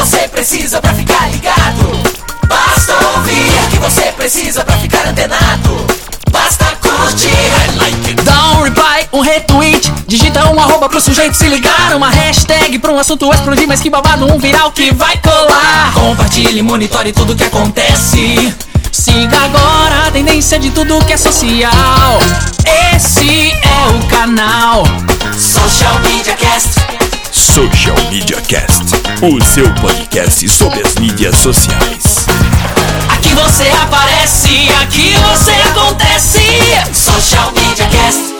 você precisa pra ficar ligado. Basta ouvir o que você precisa pra ficar antenado. Basta curtir, I like it. Dá um reply, um retweet, digita um arroba pro sujeito se ligar. Uma hashtag pra um assunto explodir, mas que babado, um viral que vai colar. Compartilhe, monitore tudo que acontece. Siga agora a tendência de tudo que é social. Esse é o canal Social Media Cast. Social Media Cast, o seu podcast sobre as mídias sociais. Aqui você aparece, aqui você acontece. Social Media Cast.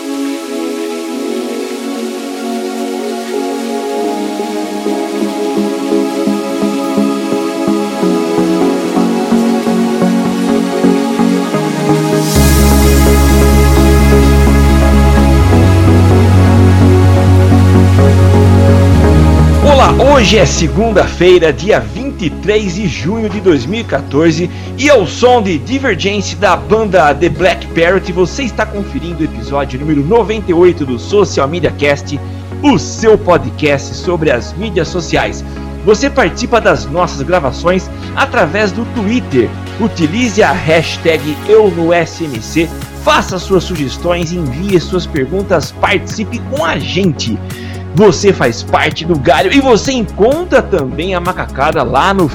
Olá, hoje é segunda-feira, dia 23 de junho de 2014 e ao som de Divergence da banda The Black Parrot, você está conferindo o episódio número 98 do Social Media Cast, o seu podcast sobre as mídias sociais. Você participa das nossas gravações através do Twitter. Utilize a hashtag EuNoSMC, faça suas sugestões, envie suas perguntas, participe com a gente. Você faz parte do Galho e você encontra também a macacada lá no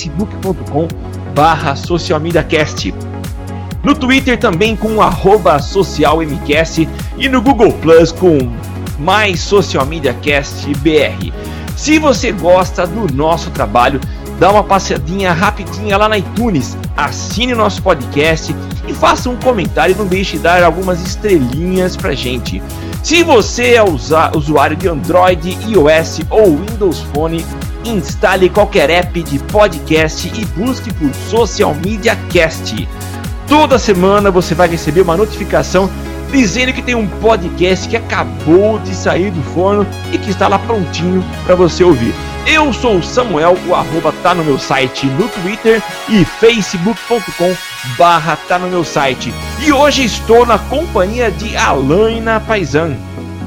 facebook.com/socialmediacast. No Twitter também com @socialmcast e no Google Plus com mais Social Media Cast BR. Se você gosta do nosso trabalho, dá uma passeadinha rapidinha lá na iTunes, assine o nosso podcast e faça um comentário e não deixe de dar algumas estrelinhas pra gente. Se você é usuário de Android, iOS ou Windows Phone, instale qualquer app de podcast e busque por Social Media Cast. Toda semana você vai receber uma notificação dizendo que tem um podcast que acabou de sair do forno e que está lá prontinho para você ouvir. Eu sou o Samuel, o arroba tá no meu site no Twitter e facebook.com/tá no meu site. E hoje estou na companhia de Alaina Paisan.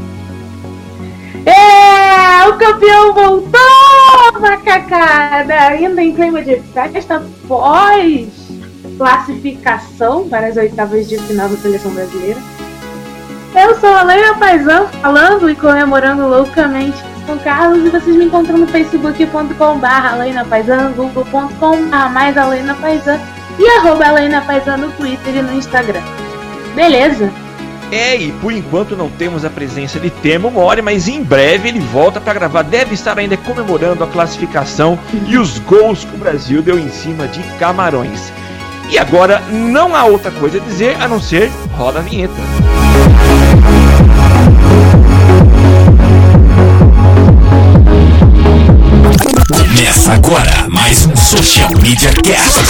O campeão voltou, macacada! Ainda em clima de festa pós classificação para as oitavas de final da seleção brasileira. Eu sou a Alaina Paisan, falando e comemorando loucamente com o Carlos, e vocês me encontram no facebook.com/AlainaPaisan, google.com/mais e @AlainaPaisan no Twitter e no Instagram. Beleza? E por enquanto não temos a presença de Temo Mori, mas em breve ele volta para gravar. Deve estar ainda comemorando a classificação e os gols que o Brasil deu em cima de Camarões. E agora não há outra coisa a dizer a não ser roda a vinheta. Começa agora mais um Social Media Cast.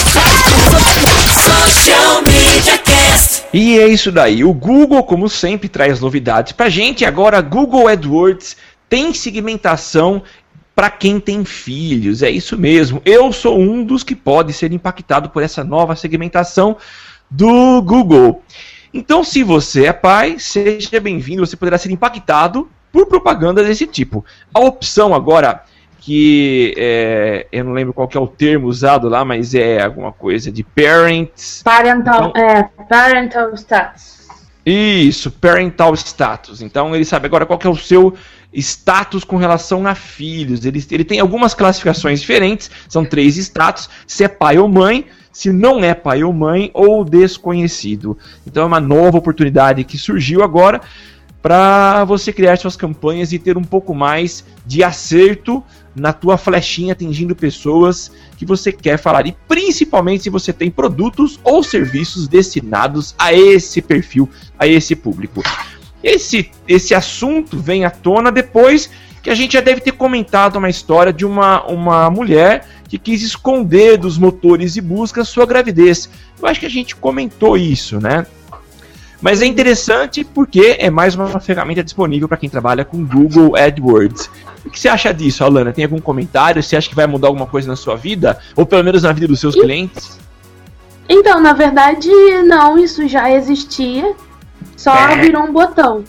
Social Media Cast. E é isso daí, o Google, como sempre, traz novidades pra gente. Agora, Google AdWords tem segmentação para quem tem filhos, é isso mesmo. Eu sou um dos que pode ser impactado por essa nova segmentação do Google. Então, se você é pai, seja bem-vindo, você poderá ser impactado por propagandas desse tipo. A opção agora, que eu não lembro qual que é o termo usado lá, mas é alguma coisa de parental status. Isso, parental status. Então ele sabe agora qual que é o seu status com relação a filhos. Ele tem algumas classificações diferentes, são 3 status: se é pai ou mãe, se não é pai ou mãe, ou desconhecido. Então é uma nova oportunidade que surgiu agora para você criar suas campanhas e ter um pouco mais de acerto na tua flechinha, atingindo pessoas que você quer falar. E principalmente se você tem produtos ou serviços destinados a esse perfil, a esse público. Esse assunto vem à tona depois que a gente já deve ter comentado uma história de uma mulher que quis esconder dos motores de busca sua gravidez. Eu acho que a gente comentou isso, né? Mas é interessante porque é mais uma ferramenta disponível para quem trabalha com Google AdWords. O que você acha disso, Alana? Tem algum comentário? Você acha que vai mudar alguma coisa na sua vida? Ou pelo menos na vida dos seus clientes? Então, na verdade, não. Isso já existia. Só virou um botão.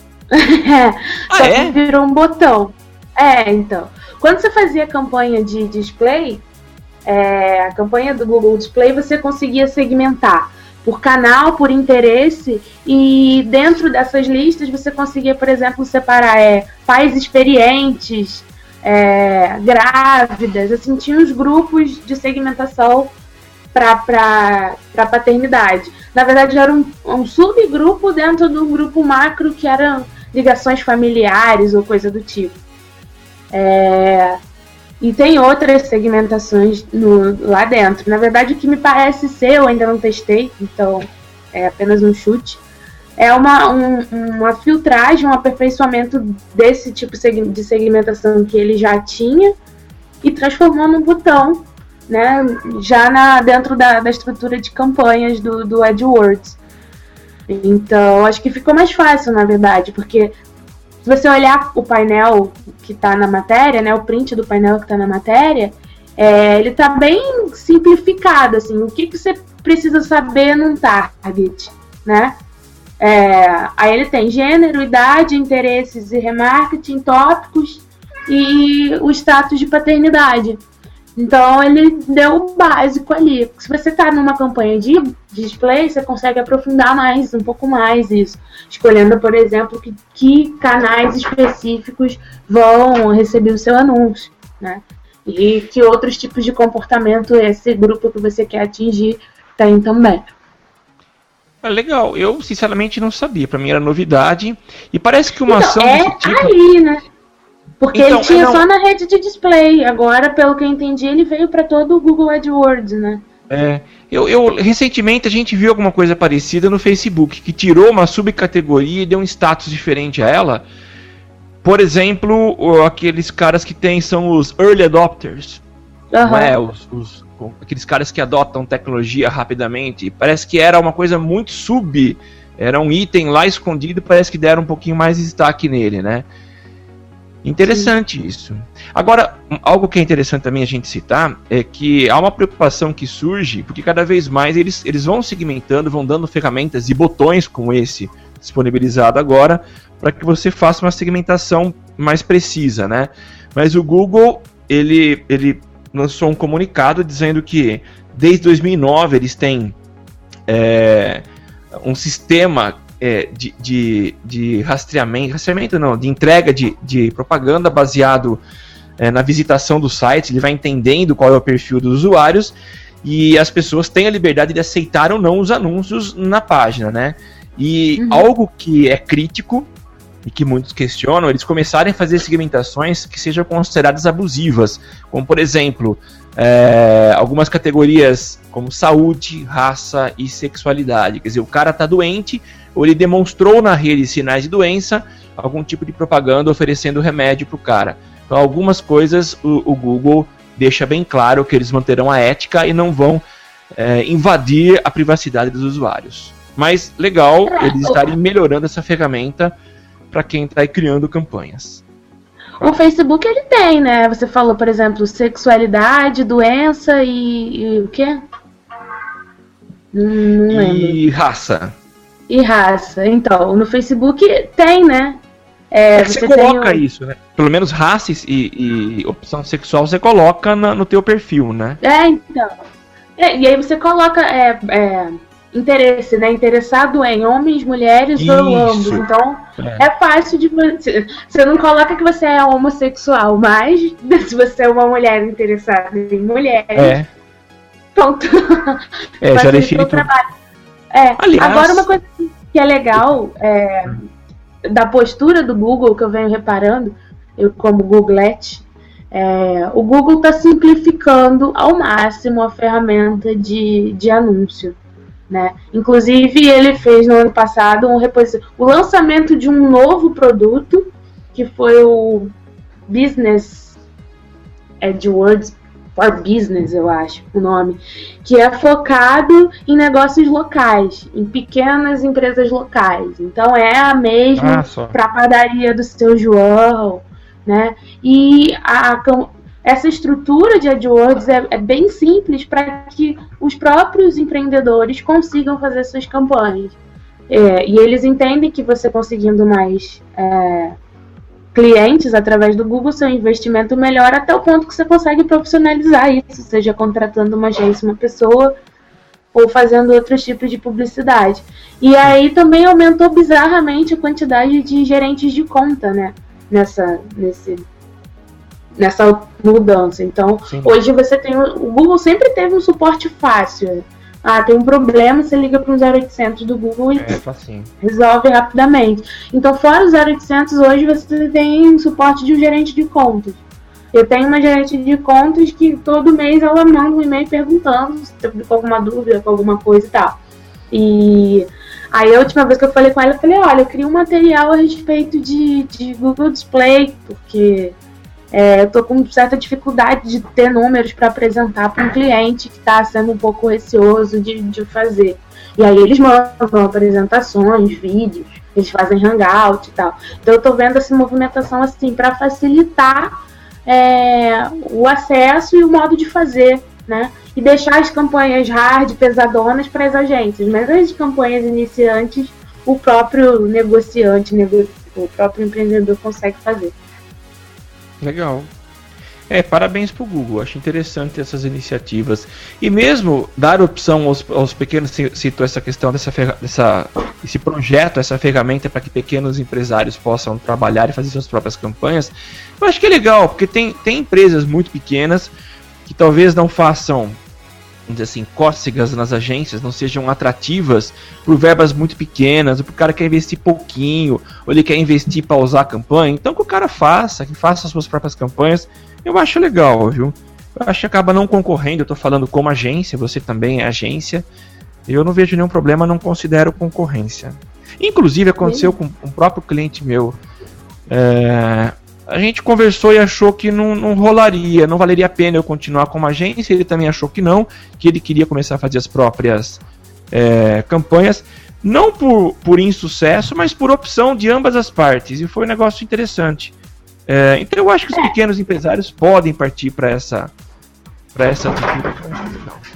Virou um botão. Então. Quando você fazia campanha de display, a campanha do Google Display, você conseguia segmentar por canal, por interesse, e dentro dessas listas você conseguia, por exemplo, separar pais experientes, grávidas, assim, tinha uns grupos de segmentação para paternidade. Na verdade, era um subgrupo dentro de um grupo macro que eram ligações familiares ou coisa do tipo. E tem outras segmentações lá dentro. Na verdade, o que me parece ser, eu ainda não testei, então é apenas um chute, é uma filtragem, um aperfeiçoamento desse tipo de segmentação que ele já tinha e transformou num botão, né, já dentro da estrutura de campanhas do AdWords. Então, acho que ficou mais fácil, na verdade, porque se você olhar o painel que está na matéria, né, o print do painel que está na matéria, ele está bem simplificado, assim, o que você precisa saber num target, né? Aí ele tem gênero, idade, interesses e remarketing, tópicos e o status de paternidade. Então ele deu o básico ali. Se você está numa campanha de display, você consegue aprofundar um pouco mais isso, escolhendo, por exemplo, que canais específicos vão receber o seu anúncio, né? E que outros tipos de comportamento esse grupo que você quer atingir tem também. Legal, eu sinceramente não sabia, para mim era novidade, e parece que uma ação desse tipo... aí, né? Porque ele tinha só na rede de display. Agora, pelo que eu entendi, ele veio para todo o Google AdWords, né? Recentemente a gente viu alguma coisa parecida no Facebook, que tirou uma subcategoria e deu um status diferente a ela. Por exemplo, aqueles caras que são os early adopters. Não é? Aqueles caras que adotam tecnologia rapidamente. Parece que era uma coisa muito era um item lá escondido, parece que deram um pouquinho mais de destaque nele, né? Interessante. Sim. Isso. Agora, algo que é interessante também a gente citar é que há uma preocupação que surge, porque cada vez mais eles vão segmentando, vão dando ferramentas e botões como esse disponibilizado agora, para que você faça uma segmentação mais precisa, né? Mas o Google, ele lançou um comunicado dizendo que desde 2009 eles têm um sistema de rastreamento não, de entrega de propaganda baseado na visitação do site. Ele vai entendendo qual é o perfil dos usuários e as pessoas têm a liberdade de aceitar ou não os anúncios na página, né? E algo que é crítico e que muitos questionam, eles começarem a fazer segmentações que sejam consideradas abusivas, como por exemplo, algumas categorias como saúde, raça e sexualidade. Quer dizer, o cara está doente ou ele demonstrou na rede sinais de doença, algum tipo de propaganda oferecendo remédio para o cara. Então, algumas coisas o Google deixa bem claro que eles manterão a ética e não vão invadir a privacidade dos usuários. Mas legal eles estarem melhorando essa ferramenta para quem está aí criando campanhas. O Facebook ele tem, né? Você falou, por exemplo, sexualidade, doença e o quê? Não lembro. E raça. E raça. Então, no Facebook tem, né? Você coloca isso, né? Pelo menos raça e opção sexual você coloca no teu perfil, né? Então. E aí você coloca interesse, né? Interessado em homens, mulheres ou ambos. Então, é fácil de você não coloca que você é homossexual, mas se você é uma mulher interessada em mulheres, pronto. Já define o trabalho. Aliás, agora uma coisa que é legal da postura do Google, que eu venho reparando, eu como Googlete, o Google está simplificando ao máximo a ferramenta de anúncio, né? Inclusive ele fez no ano passado o lançamento de um novo produto, que foi o Business AdWords for Business, eu acho o nome, que é focado em negócios locais, em pequenas empresas locais. Então é a mesma para a padaria do seu João, né? E essa estrutura de AdWords é bem simples para que os próprios empreendedores consigam fazer suas campanhas. E eles entendem que você conseguindo mais clientes através do Google, seu investimento melhora até o ponto que você consegue profissionalizar isso, seja contratando uma agência, uma pessoa, ou fazendo outros tipos de publicidade. E aí também aumentou bizarramente a quantidade de gerentes de conta, né? Nessa mudança. Então, sim, hoje você tem... O Google sempre teve um suporte fácil. Tem um problema, você liga para um 0800 do Google e resolve rapidamente. Então, fora o 0800, hoje você tem um suporte de um gerente de contas. Eu tenho uma gerente de contas que todo mês ela manda um e-mail perguntando se tem alguma dúvida, com alguma coisa e tal. E aí a última vez que eu falei com ela, eu falei, olha, eu queria um material a respeito de Google Display, porque eu tô com certa dificuldade de ter números para apresentar para um cliente que está sendo um pouco receoso de fazer. E aí eles mandam apresentações, vídeos, eles fazem hangout e tal. Então eu tô vendo essa movimentação assim para facilitar o acesso e o modo de fazer, né? E deixar as campanhas hard, pesadonas para as agências, mas as campanhas iniciantes o próprio negociante, o próprio empreendedor consegue fazer. Legal. Parabéns pro Google, acho interessante essas iniciativas. E mesmo dar opção aos pequenos, citou essa questão esse projeto, essa ferramenta para que pequenos empresários possam trabalhar e fazer suas próprias campanhas, eu acho que é legal, porque tem empresas muito pequenas que talvez não façam, vamos dizer assim, cócegas nas agências, não sejam atrativas por verbas muito pequenas, ou porque o cara quer investir pouquinho, ou ele quer investir para usar a campanha. Então que o cara faça as suas próprias campanhas, eu acho legal, viu? Eu acho que acaba não concorrendo, eu tô falando como agência, você também é agência, eu não vejo nenhum problema, não considero concorrência. Inclusive aconteceu com um próprio cliente meu, a gente conversou e achou que não rolaria, não valeria a pena eu continuar como agência, ele também achou que não, que ele queria começar a fazer as próprias campanhas, não por insucesso, mas por opção de ambas as partes, e foi um negócio interessante. Então eu acho que os pequenos empresários podem partir para essa atitude.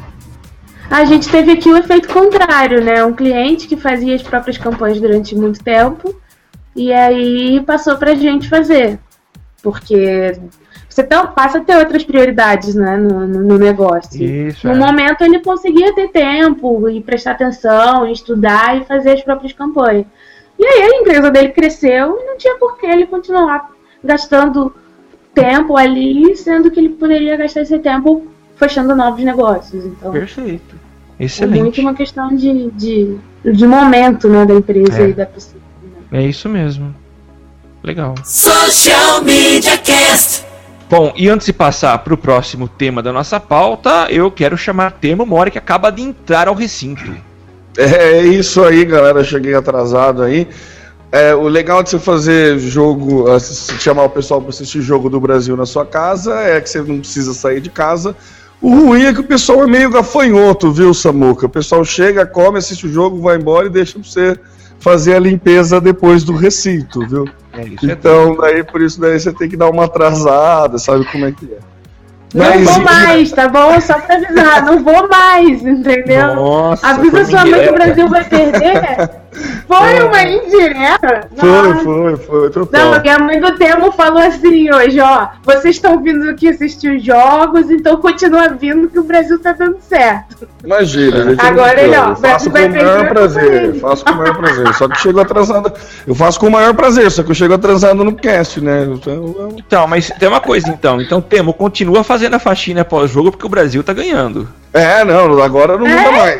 A gente teve aqui o efeito contrário, né? Um cliente que fazia as próprias campanhas durante muito tempo e aí passou pra gente fazer. Porque você passa a ter outras prioridades, né, no negócio. Isso, no momento ele conseguia ter tempo e prestar atenção, estudar e fazer as próprias campanhas. E aí a empresa dele cresceu e não tinha por que ele continuar gastando tempo ali, sendo que ele poderia gastar esse tempo fechando novos negócios. Então, perfeito. Excelente. É muito uma questão de momento, né, da empresa e da pessoa. É isso mesmo. Legal. Social Media Cast. Bom, e antes de passar para o próximo tema da nossa pauta, eu quero chamar Temo Mori, que acaba de entrar ao recinto. É isso aí, galera. Cheguei atrasado aí. O legal de você fazer jogo, chamar o pessoal para assistir jogo do Brasil na sua casa, é que você não precisa sair de casa. O ruim é que o pessoal é meio gafanhoto, viu, Samuca? O pessoal chega, come, assiste o jogo, vai embora e deixa pra você fazer a limpeza depois do recinto, viu? Então, por isso você tem que dar uma atrasada, sabe como é que é. Não vou mais, tá bom? Só pra avisar, não vou mais, entendeu? Nossa, avisa sua mãe que o Brasil vai perder. Foi uma indireta? Foi, total. Não, minha mãe do Temo falou assim hoje, ó, vocês estão vindo aqui assistir os jogos, então continua vindo que o Brasil tá dando certo. Imagina, gente. Agora ele, ó, faço com o maior prazer, só que chego atrasado. Eu faço com o maior prazer, só que eu chego atrasado no cast, né? Então, mas tem uma coisa então Temo, continua fazendo a faxina pós-jogo porque o Brasil tá ganhando. Não, agora não muda mais.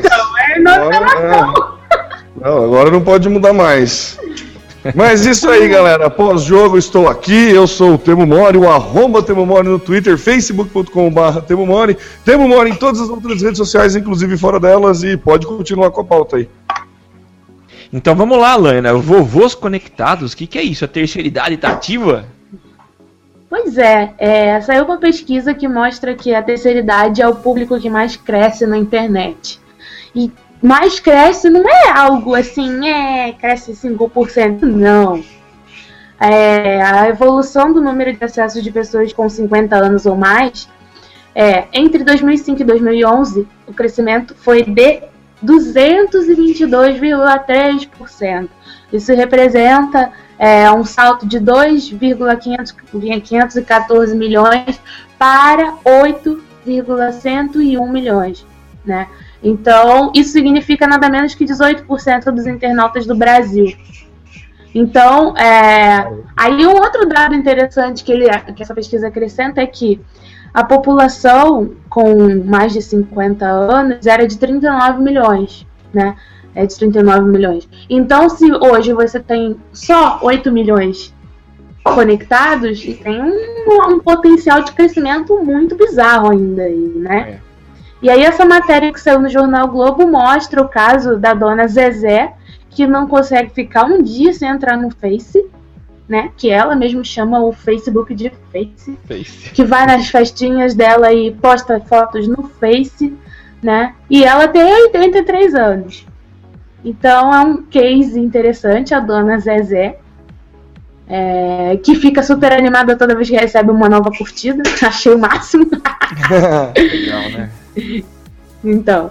Não, agora não pode mudar mais. Mas isso aí, galera. Pós-jogo estou aqui. Eu sou o Temo Mori, o @Temo Mori no Twitter, facebook.com/Temo Mori. Temo Mori em todas as outras redes sociais, inclusive fora delas. E pode continuar com a pauta aí. Então vamos lá, Lana. Vovôs conectados, o que é isso? A terceira idade tá ativa? Pois saiu uma pesquisa que mostra que a terceira idade é o público que mais cresce na internet. E mais cresce não é algo assim, cresce 5%, não. A evolução do número de acessos de pessoas com 50 anos ou mais, entre 2005 e 2011, o crescimento foi de 222,3%. Isso representa um salto de 2,514 milhões para 8,101 milhões, né? Então, isso significa nada menos que 18% dos internautas do Brasil. Então, aí um outro dado interessante que essa pesquisa acrescenta é que a população com mais de 50 anos era de 39 milhões, né? É de 39 milhões. Então, se hoje você tem só 8 milhões conectados, tem um potencial de crescimento muito bizarro ainda aí, né? E aí essa matéria que saiu no Jornal Globo mostra o caso da dona Zezé, que não consegue ficar um dia sem entrar no Face, né? Que ela mesmo chama o Facebook de Face. Que vai nas festinhas dela e posta fotos no Face, né? E ela tem 83 anos. Então é um case interessante, a dona Zezé, que fica super animada toda vez que recebe uma nova curtida. Achei o máximo. Legal, né? Então.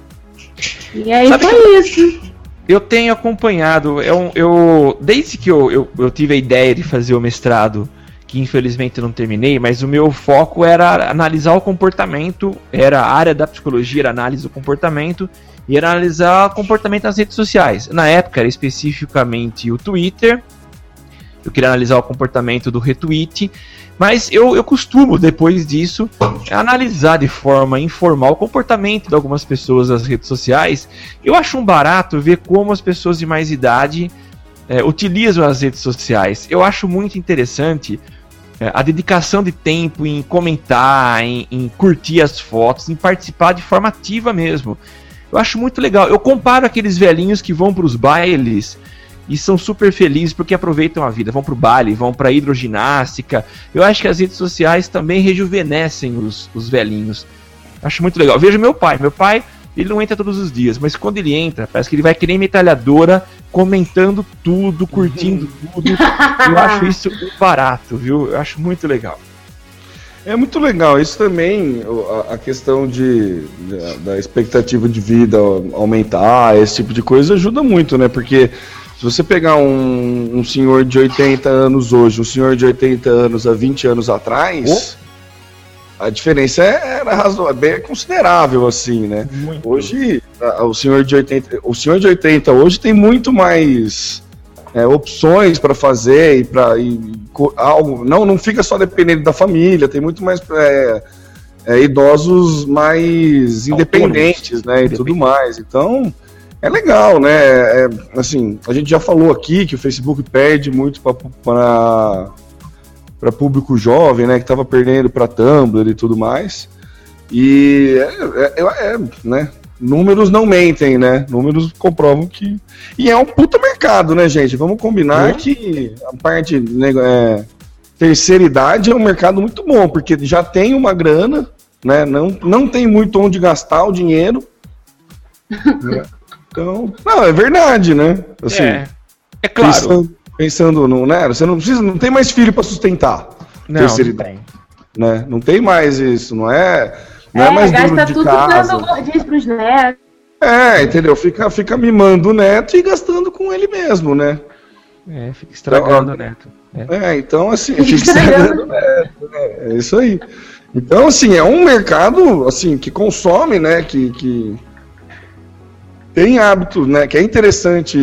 E aí foi isso. Eu tenho acompanhado, desde que eu tive a ideia de fazer o mestrado, que infelizmente não terminei, mas o meu foco era analisar o comportamento, era a área da psicologia, era análise do comportamento, e era analisar o comportamento nas redes sociais. Na época era especificamente o Twitter, eu queria analisar o comportamento do retweet, mas eu costumo, depois disso, analisar de forma informal o comportamento de algumas pessoas nas redes sociais. Eu acho um barato ver como as pessoas de mais idade utilizam as redes sociais. Eu acho muito interessante a dedicação de tempo em comentar, em curtir as fotos, em participar de forma ativa mesmo. Eu acho muito legal. Eu comparo aqueles velhinhos que vão para os bailes e são super felizes porque aproveitam a vida, vão pro baile, vão pra hidroginástica. Eu acho que as redes sociais também rejuvenescem os velhinhos. Acho muito legal. Veja meu pai, ele não entra todos os dias, mas quando ele entra, parece que ele vai que nem metralhadora, comentando tudo, curtindo tudo. Eu acho isso barato, viu? Eu acho muito legal. É muito legal, isso também, a questão da expectativa de vida aumentar, esse tipo de coisa ajuda muito, né? Porque se você pegar um senhor de 80 anos hoje, um senhor de 80 anos há 20 anos atrás, a diferença era bem considerável, assim, né? Muito. Hoje, o senhor de 80 hoje tem muito mais opções para fazer algo, não fica só dependendo da família, tem muito mais idosos mais independentes, né, e tudo mais. Então, é legal, né? Assim, a gente já falou aqui que o Facebook perde muito para público jovem, né, que estava perdendo para Tumblr e tudo mais. E né? Números não mentem, né? Números comprovam que... E é um puta mercado, né, gente? Vamos combinar que a parte terceira idade é um mercado muito bom, porque já tem uma grana, né? Não tem muito onde gastar o dinheiro. Então, não, é verdade, né? Assim, é claro. Pensando no... Né? Você não tem mais filho para sustentar. Não, terceira idade, né? Não tem mais isso, não é mais gasta duro de tudo casa. dando gordinhos pros netos. Entendeu? Fica mimando o neto e gastando com ele mesmo, né? Fica estragando o neto. Então assim, fica estragando o neto. É isso aí. Então, assim, é um mercado assim, que consome, né? Que tem hábitos, né? Que é interessante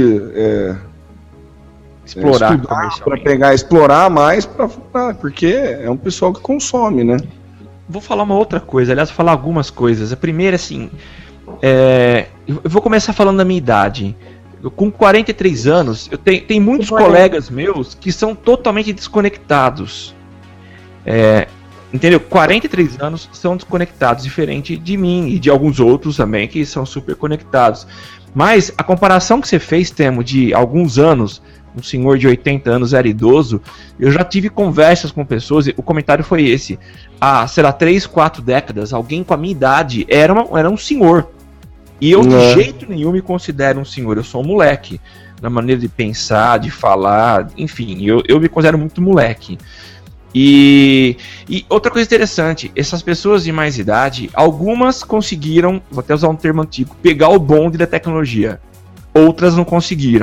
explorar explorar mais, porque é um pessoal que consome, né? Vou falar uma outra coisa, aliás, vou falar algumas coisas. A primeira, assim, eu vou começar falando da minha idade. Com 43 anos, eu tenho muitos colegas meus que são totalmente desconectados. Entendeu? 43 anos são desconectados, diferente de mim e de alguns outros também que são super conectados. Mas a comparação que você fez, Temo, de alguns anos, um senhor de 80 anos era idoso, eu já tive conversas com pessoas, o comentário foi esse: há, sei lá, 3, 4 décadas, alguém com a minha idade era um senhor. E eu de jeito nenhum me considero um senhor, eu sou um moleque. Na maneira de pensar, de falar, enfim, eu me considero muito moleque. E outra coisa interessante, essas pessoas de mais idade, algumas conseguiram, vou até usar um termo antigo, pegar o bonde da tecnologia. Outras não conseguiram.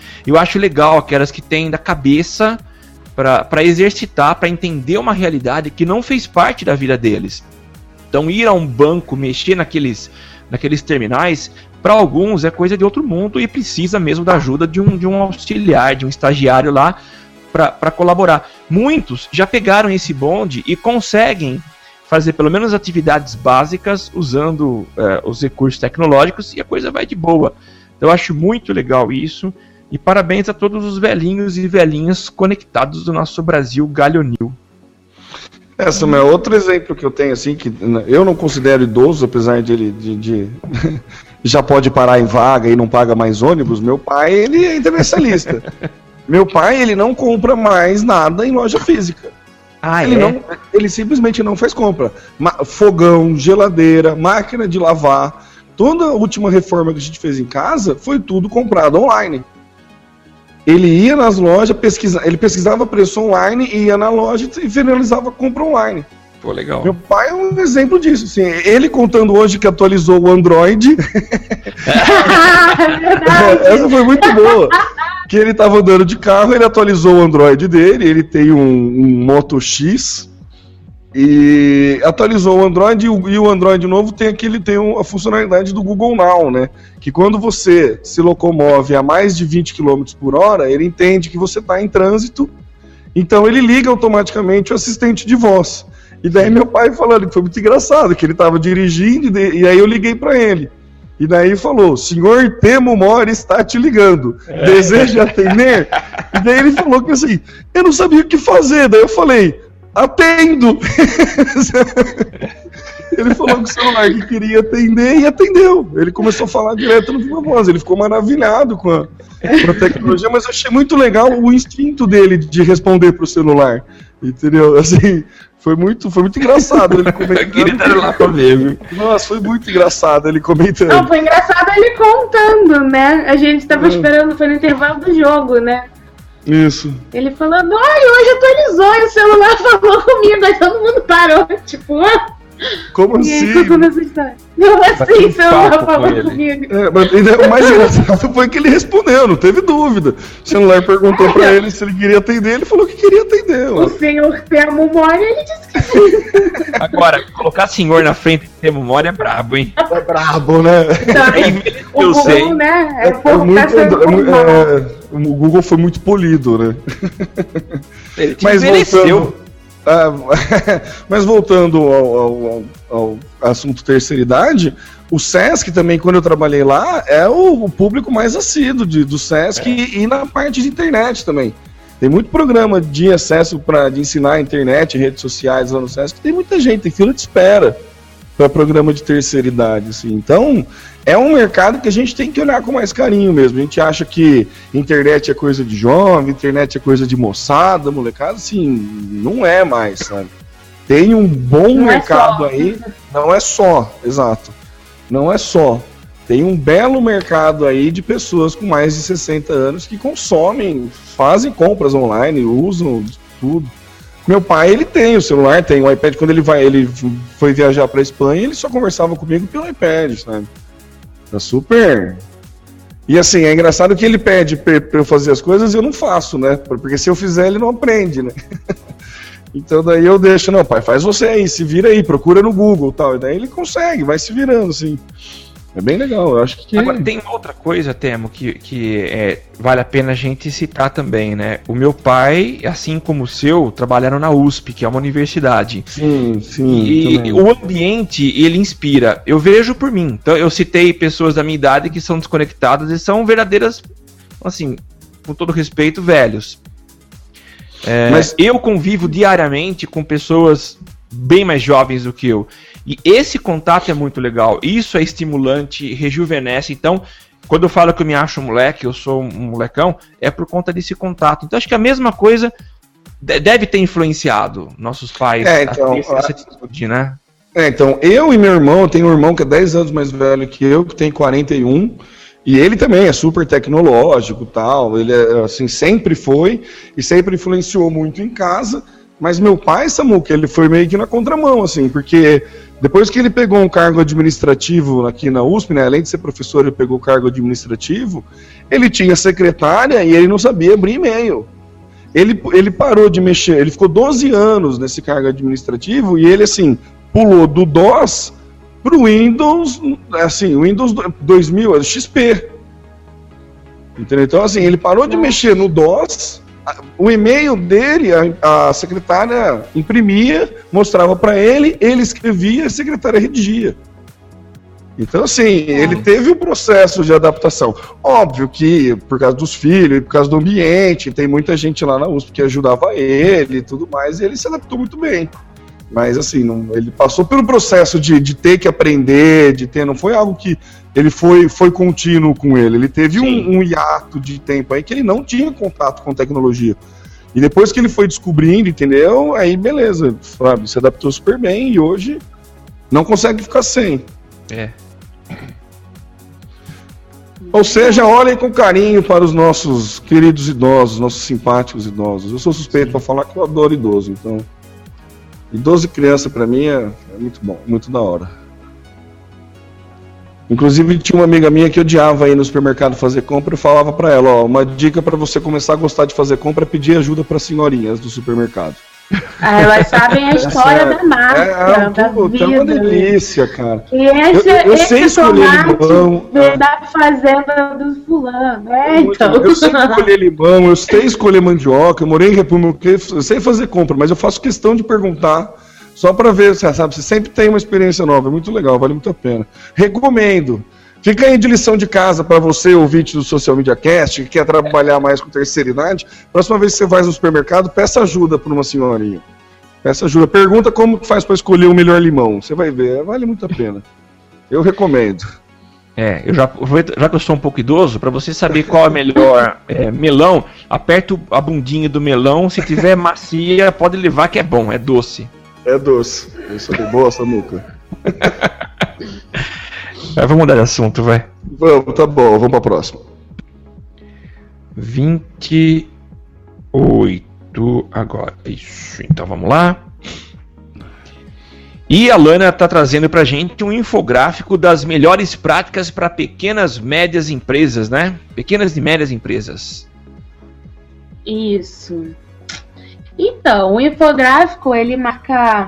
Eu acho legal aquelas que têm da cabeça para exercitar, para entender uma realidade que não fez parte da vida deles. Então ir a um banco, mexer naqueles terminais, para alguns é coisa de outro mundo e precisa mesmo da ajuda de um auxiliar, de um estagiário lá para colaborar. Muitos já pegaram esse bonde e conseguem fazer pelo menos atividades básicas usando os recursos tecnológicos e a coisa vai de boa. Então eu acho muito legal isso e parabéns a todos os velhinhos e velhinhas conectados do nosso Brasil galhonil. Essa é outro exemplo que eu tenho, assim, que eu não considero idoso, apesar de ele já pode parar em vaga e não paga mais ônibus. Meu pai, ele entra nessa lista. Meu pai, ele não compra mais nada em loja física. Ele simplesmente não faz compra. Fogão, geladeira, máquina de lavar, toda a última reforma que a gente fez em casa foi tudo comprado online. Ele ia nas lojas, ele pesquisava preço online, ia na loja e finalizava a compra online. Pô, legal. Meu pai é um exemplo disso. Assim, ele contando hoje que atualizou o Android. Essa foi muito boa. Que ele estava andando de carro, ele atualizou o Android dele, ele tem um Moto X e atualizou o Android e o Android novo tem a funcionalidade do Google Now, né? Que quando você se locomove a mais de 20 km por hora, ele entende que você está em trânsito, então ele liga automaticamente o assistente de voz. E daí meu pai falando que foi muito engraçado, que ele estava dirigindo e aí eu liguei para ele. E daí falou, senhor Temo Mori está te ligando, deseja atender? E daí ele falou que assim, eu não sabia o que fazer, daí eu falei, atendo! Ele falou com o celular que queria atender e atendeu. Ele começou a falar direto no Viva Voz, ele ficou maravilhado com a tecnologia, mas eu achei muito legal o instinto dele de responder pro celular, entendeu? Assim, foi muito engraçado ele comentando. Eu queria estar lá pra ver, viu? Nossa, foi muito engraçado ele comentando. Não, foi engraçado ele contando, né? A gente tava esperando, foi no intervalo do jogo, né? Isso. Ele falando, olha, hoje atualizou e o celular falou comigo, aí todo mundo parou, tipo, como assim? assim? Não, assim, o celular falou comigo. Mas o mais engraçado foi que ele respondeu, não teve dúvida. O celular perguntou pra ele se ele queria atender, ele falou que queria atender. O senhor Temo Mori, ele disse que sim. Agora, colocar senhor na frente de Temo Mori é brabo, hein? É brabo, né? O Google, né? O Google foi muito polido, né? Ele envelheceu. Mas voltando ao assunto terceira idade, o Sesc também, quando eu trabalhei lá, é o público mais assíduo do Sesc e na parte de internet também. Tem muito programa de acesso de ensinar a internet, redes sociais lá no Sesc, tem muita gente, tem fila de espera para programa de terceira idade, assim. Então, é um mercado que a gente tem que olhar com mais carinho mesmo. A gente acha que internet é coisa de jovem, internet é coisa de moçada, molecada, assim, não é mais, sabe? Tem um bom mercado aí, não é só, exato, não é só. Tem um belo mercado aí de pessoas com mais de 60 anos que consomem, fazem compras online, usam tudo. Meu pai, ele tem o celular, tem o iPad. Quando ele foi viajar pra Espanha, ele só conversava comigo pelo iPad, sabe? Tá super... E assim, é engraçado que ele pede pra eu fazer as coisas e eu não faço, né? Porque se eu fizer, ele não aprende, né? Então daí eu deixo, não, pai, faz você aí, se vira aí, procura no Google e tal. E daí ele consegue, vai se virando, assim. É bem legal, eu acho que... Agora, tem outra coisa, Temo, que vale a pena a gente citar também, né? O meu pai, assim como o seu, trabalharam na USP, que é uma universidade. Sim. E também. O ambiente, ele inspira. Eu vejo por mim. Então, eu citei pessoas da minha idade que são desconectadas e são verdadeiras, assim, com todo respeito, velhos. Mas eu convivo diariamente com pessoas bem mais jovens do que eu. E esse contato é muito legal. Isso é estimulante, rejuvenesce. Então, quando eu falo que eu me acho um moleque, eu sou um molecão, é por conta desse contato. Então, acho que a mesma coisa deve ter influenciado nossos pais a ter essa atitude, né? Então, eu e meu irmão, eu tenho um irmão que é 10 anos mais velho que eu, que tem 41, e ele também é super tecnológico e tal. Ele, assim, sempre foi e sempre influenciou muito em casa. Mas meu pai, Samuca, ele foi meio que na contramão, assim, porque depois que ele pegou um cargo administrativo aqui na USP, né, além de ser professor, ele pegou o cargo administrativo, ele tinha secretária e ele não sabia abrir e-mail. Ele parou de mexer, ele ficou 12 anos nesse cargo administrativo e ele, assim, pulou do DOS pro Windows, assim, Windows 2000, XP. Entendeu? Então, assim, ele parou de mexer no DOS, o e-mail dele, a secretária imprimia, mostrava para ele escrevia e a secretária redigia. Então, assim, ele teve um processo de adaptação. Óbvio que, por causa dos filhos, por causa do ambiente, tem muita gente lá na USP que ajudava ele e tudo mais, e ele se adaptou muito bem. Mas, assim, ele passou pelo processo de ter que aprender, não foi algo que ele foi contínuo com ele. Ele teve um hiato de tempo aí que ele não tinha contato com tecnologia. E depois que ele foi descobrindo, entendeu? Aí, beleza, sabe, se adaptou super bem e hoje não consegue ficar sem. Ou seja, olhem com carinho para os nossos queridos idosos, nossos simpáticos idosos. Eu sou suspeito para falar que eu adoro idoso, então... Idoso e criança, pra mim, é muito bom, muito da hora. Inclusive, tinha uma amiga minha que odiava ir no supermercado fazer compra e falava pra ela, ó, uma dica pra você começar a gostar de fazer compra é pedir ajuda para senhorinhas do supermercado. Elas sabem a história da marca, da vida. É uma delícia, cara. Eu sei escolher limão. Da fazenda do fulano. Então. Eu sei escolher limão, eu sei escolher mandioca, eu morei em República, eu sei fazer compra, mas eu faço questão de perguntar só pra ver, sabe, você sempre tem uma experiência nova, é muito legal, vale muito a pena. Recomendo. Fica aí de lição de casa para você, ouvinte do Social Media Cast, que quer trabalhar mais com terceira idade. Próxima vez que você vai no supermercado, peça ajuda para uma senhorinha. Peça ajuda. Pergunta como faz para escolher o melhor limão. Você vai ver, vale muito a pena. Eu recomendo. Já que eu sou um pouco idoso, para você saber qual é o melhor melão, aperta a bundinha do melão, se tiver macia, pode levar que é bom, é doce. É doce. Isso é boa, Samuca. Vamos mudar de assunto, vai. Vamos, tá bom, vamos pra próxima. 28 agora. Isso, então vamos lá. E a Lana tá trazendo pra gente um infográfico das melhores práticas para pequenas e médias empresas, né? Pequenas e médias empresas. Isso. Então, o infográfico, ele marca...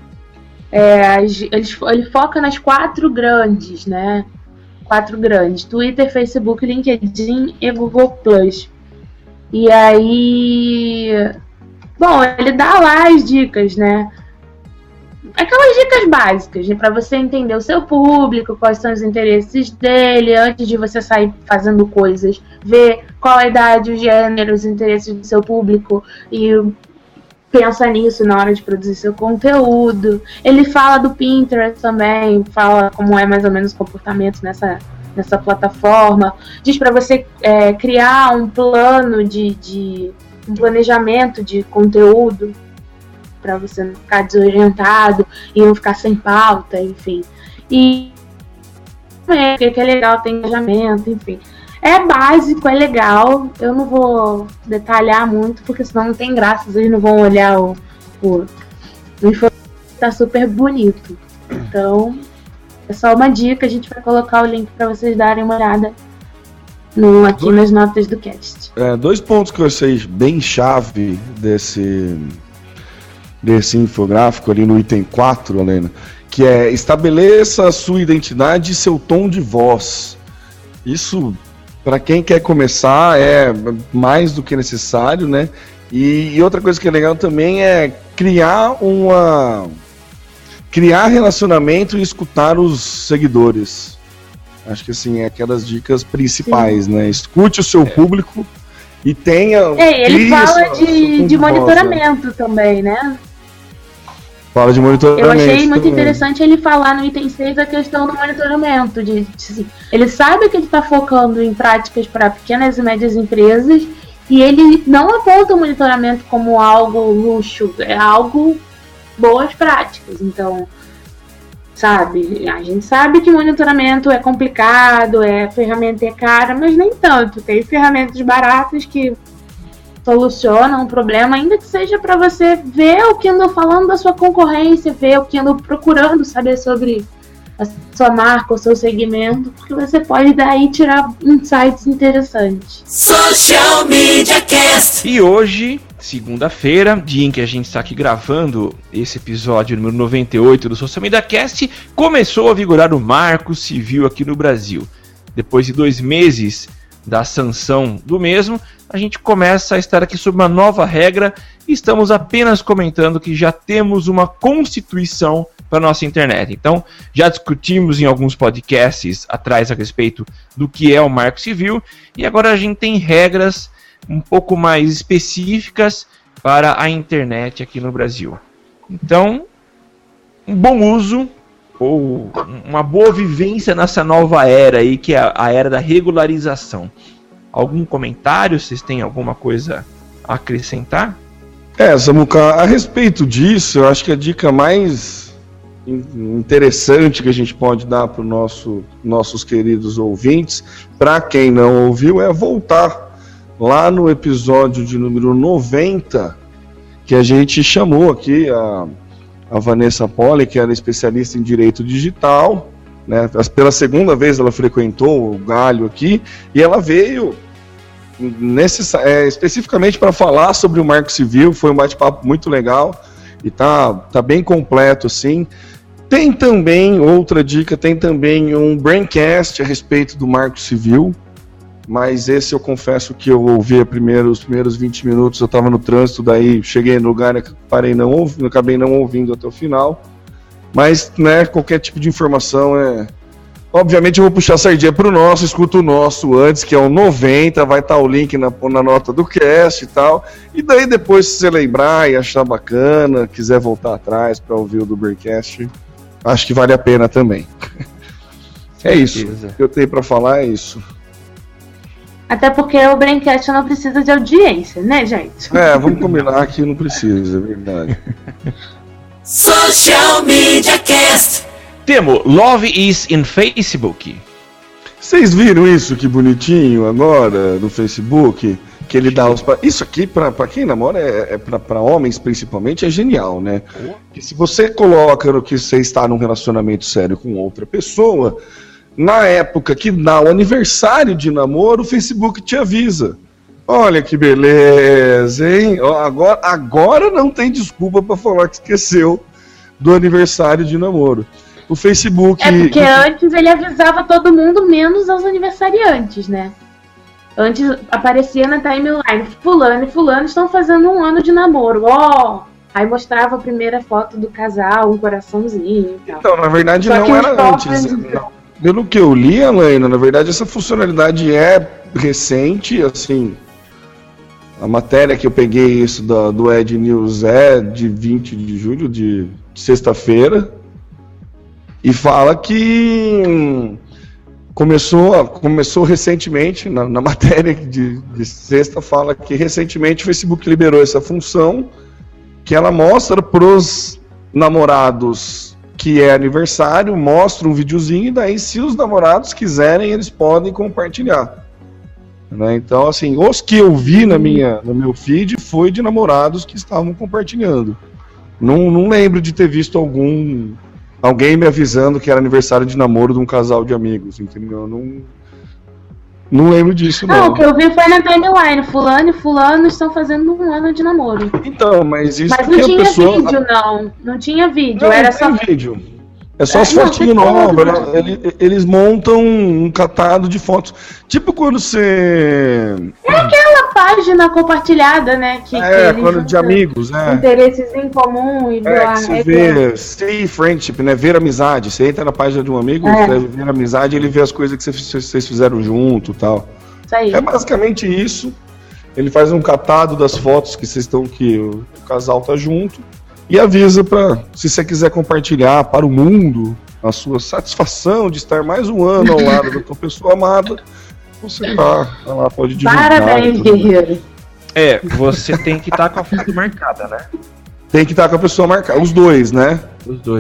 ele foca nas 4 grandes, né? 4 grandes: Twitter, Facebook, LinkedIn e Google+. E aí... Bom, ele dá lá as dicas, né? Aquelas dicas básicas, né? Para você entender o seu público, quais são os interesses dele, antes de você sair fazendo coisas, ver qual a idade, o gênero, os interesses do seu público e... pensa nisso na hora de produzir seu conteúdo. Ele fala do Pinterest também, fala como é mais ou menos o comportamento nessa plataforma. Diz para você criar um plano um planejamento de conteúdo para você não ficar desorientado e não ficar sem pauta, enfim. E o que é legal, tem engajamento, enfim. É básico, é legal. Eu não vou detalhar muito, porque senão não tem graça. Vocês não vão olhar o informativo, tá super bonito. Então, é só uma dica. A gente vai colocar o link para vocês darem uma olhada aqui nas notas do cast. 2 pontos que eu achei bem chave desse infográfico ali no item 4, Helena, que é: estabeleça a sua identidade e seu tom de voz. Isso... para quem quer começar, é mais do que necessário, né? E outra coisa que é legal também é criar relacionamento e escutar os seguidores. Acho que assim, é aquelas dicas principais, né? Escute o seu público e tenha... ele fala de monitoramento, né? Também, né? Fala de monitoramento. Eu achei muito interessante ele falar no item 6 a questão do monitoramento. Assim, ele sabe que ele está focando em práticas para pequenas e médias empresas e ele não aponta o monitoramento como algo luxo, é algo boas práticas. Então, sabe, a gente sabe que monitoramento é complicado, a ferramenta é cara, mas nem tanto. Tem ferramentas baratas que soluciona um problema, ainda que seja para você ver o que andou falando da sua concorrência, ver o que andou procurando saber sobre a sua marca, o seu segmento, porque você pode daí tirar insights interessantes. Social Media Cast. E hoje, segunda-feira, dia em que a gente está aqui gravando esse episódio número 98 do Social Media Cast, começou a vigorar o Marco Civil aqui no Brasil. Depois de 2 meses da sanção do mesmo, a gente começa a estar aqui sob uma nova regra e estamos apenas comentando que já temos uma constituição para nossa internet. Então, já discutimos em alguns podcasts atrás a respeito do que é o Marco Civil e agora a gente tem regras um pouco mais específicas para a internet aqui no Brasil. Então, um bom uso ou uma boa vivência nessa nova era aí, que é a era da regularização. Algum comentário? Vocês têm alguma coisa a acrescentar? Samuca, a respeito disso, eu acho que a dica mais interessante que a gente pode dar para os nossos queridos ouvintes, para quem não ouviu, é voltar lá no episódio de número 90, que a gente chamou aqui a Vanessa Poli, que era especialista em direito digital, né? Pela segunda vez ela frequentou o Galho aqui, e ela veio especificamente para falar sobre o Marco Civil. Foi um bate-papo muito legal e tá bem completo, assim. Tem também, outra dica, tem também um Braincast a respeito do Marco Civil, mas esse eu confesso que eu ouvi os primeiros 20 minutos, eu estava no trânsito, daí cheguei no lugar e acabei não ouvindo até o final. Mas, né, qualquer tipo de informação Obviamente eu vou puxar a sardinha pro nosso, escuta o nosso antes, que é o 90, vai estar o link na nota do cast e tal. E daí depois, se você lembrar e achar bacana, quiser voltar atrás para ouvir o do Braincast, acho que vale a pena também. É isso, o que eu tenho para falar é isso. Até porque o Braincast não precisa de audiência, né, gente? Vamos combinar que não precisa, é verdade. Social Media Cast. Temo, Love is in Facebook. Vocês viram isso, que bonitinho, agora, no Facebook? Que ele dá os... Isso aqui, pra quem namora, pra homens principalmente, é genial, né? Que se você coloca no que você está num relacionamento sério com outra pessoa, na época que dá o aniversário de namoro, o Facebook te avisa. Olha que beleza, hein? Agora não tem desculpa pra falar que esqueceu do aniversário de namoro. O Facebook... É porque antes ele avisava todo mundo, menos aos aniversariantes, né? Antes aparecia na timeline, fulano e fulano estão fazendo 1 ano de namoro, Aí mostrava a primeira foto do casal, um coraçãozinho e tal. Então, na verdade Só não era antes. Pelo que eu li, Alaina, na verdade essa funcionalidade é recente, assim... A matéria que eu peguei isso do Ed News é de 20 de julho, de sexta-feira, e fala que começou recentemente, na matéria de sexta, fala que recentemente o Facebook liberou essa função, que ela mostra pros namorados que é aniversário, mostra um videozinho, e daí se os namorados quiserem, eles podem compartilhar. Né? Então, assim, os que eu vi no meu feed foi de namorados que estavam compartilhando. Não lembro de ter visto alguém me avisando que era aniversário de namoro de um casal de amigos, entendeu? Não lembro disso, não. Não, o que eu vi foi na timeline. Fulano e fulano estão fazendo 1 ano de namoro. Então, mas isso... Mas não tinha vídeo, não. Não tinha vídeo, não, era não só... vídeo. É só as fotinhas novas, eles montam um catado de fotos. Tipo quando você... É aquela página compartilhada, né? Quando de amigos, interesses em comum e blá. Você vê, see friendship, né? Ver amizade. Você entra na página de um amigo, escreve ver amizade, ele vê as coisas que vocês fizeram junto e tal. Isso aí. É basicamente isso. Ele faz um catado das fotos que o casal tá junto. E avisa se você quiser compartilhar para o mundo a sua satisfação de estar mais 1 ano ao lado da tua pessoa amada, você lá, pode divulgar. Parabéns, guerreiro. Você tem que estar com a foto marcada, né? Tem que estar com a pessoa marcada, os dois, né? Os dois.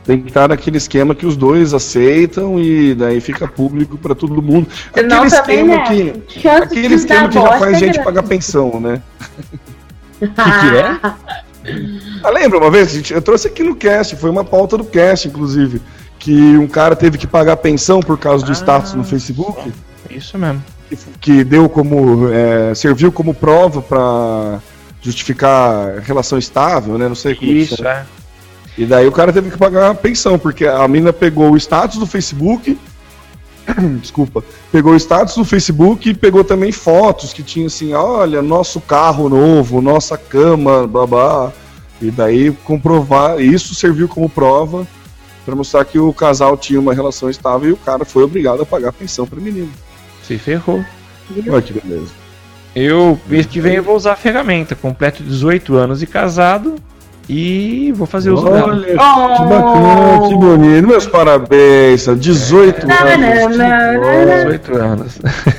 Tem que estar naquele esquema que os dois aceitam e daí fica público para todo mundo. Senão também, né? Aquele esquema que já faz gente pagar pensão, né? O que é? Lembra uma vez? Eu trouxe aqui no cast, foi uma pauta do cast, inclusive, que um cara teve que pagar pensão por causa do status no Facebook. Isso mesmo. Que deu como. Serviu como prova para justificar relação estável, né? Não sei como isso é. E daí o cara teve que pagar a pensão, porque a mina pegou o status do Facebook. Desculpa. Pegou o status do Facebook e pegou também fotos que tinha assim: olha, nosso carro novo, nossa cama, babá. E daí comprovar. Isso serviu como prova para mostrar que o casal tinha uma relação estável e o cara foi obrigado a pagar a pensão para menino. Se ferrou. Olha que beleza. Eu, mês que vem, eu vou usar a ferramenta. Completo 18 anos e casado. E vou fazer uso dela. Olha, que bacana, que bonito. Meus parabéns, 18 anos. 18 anos.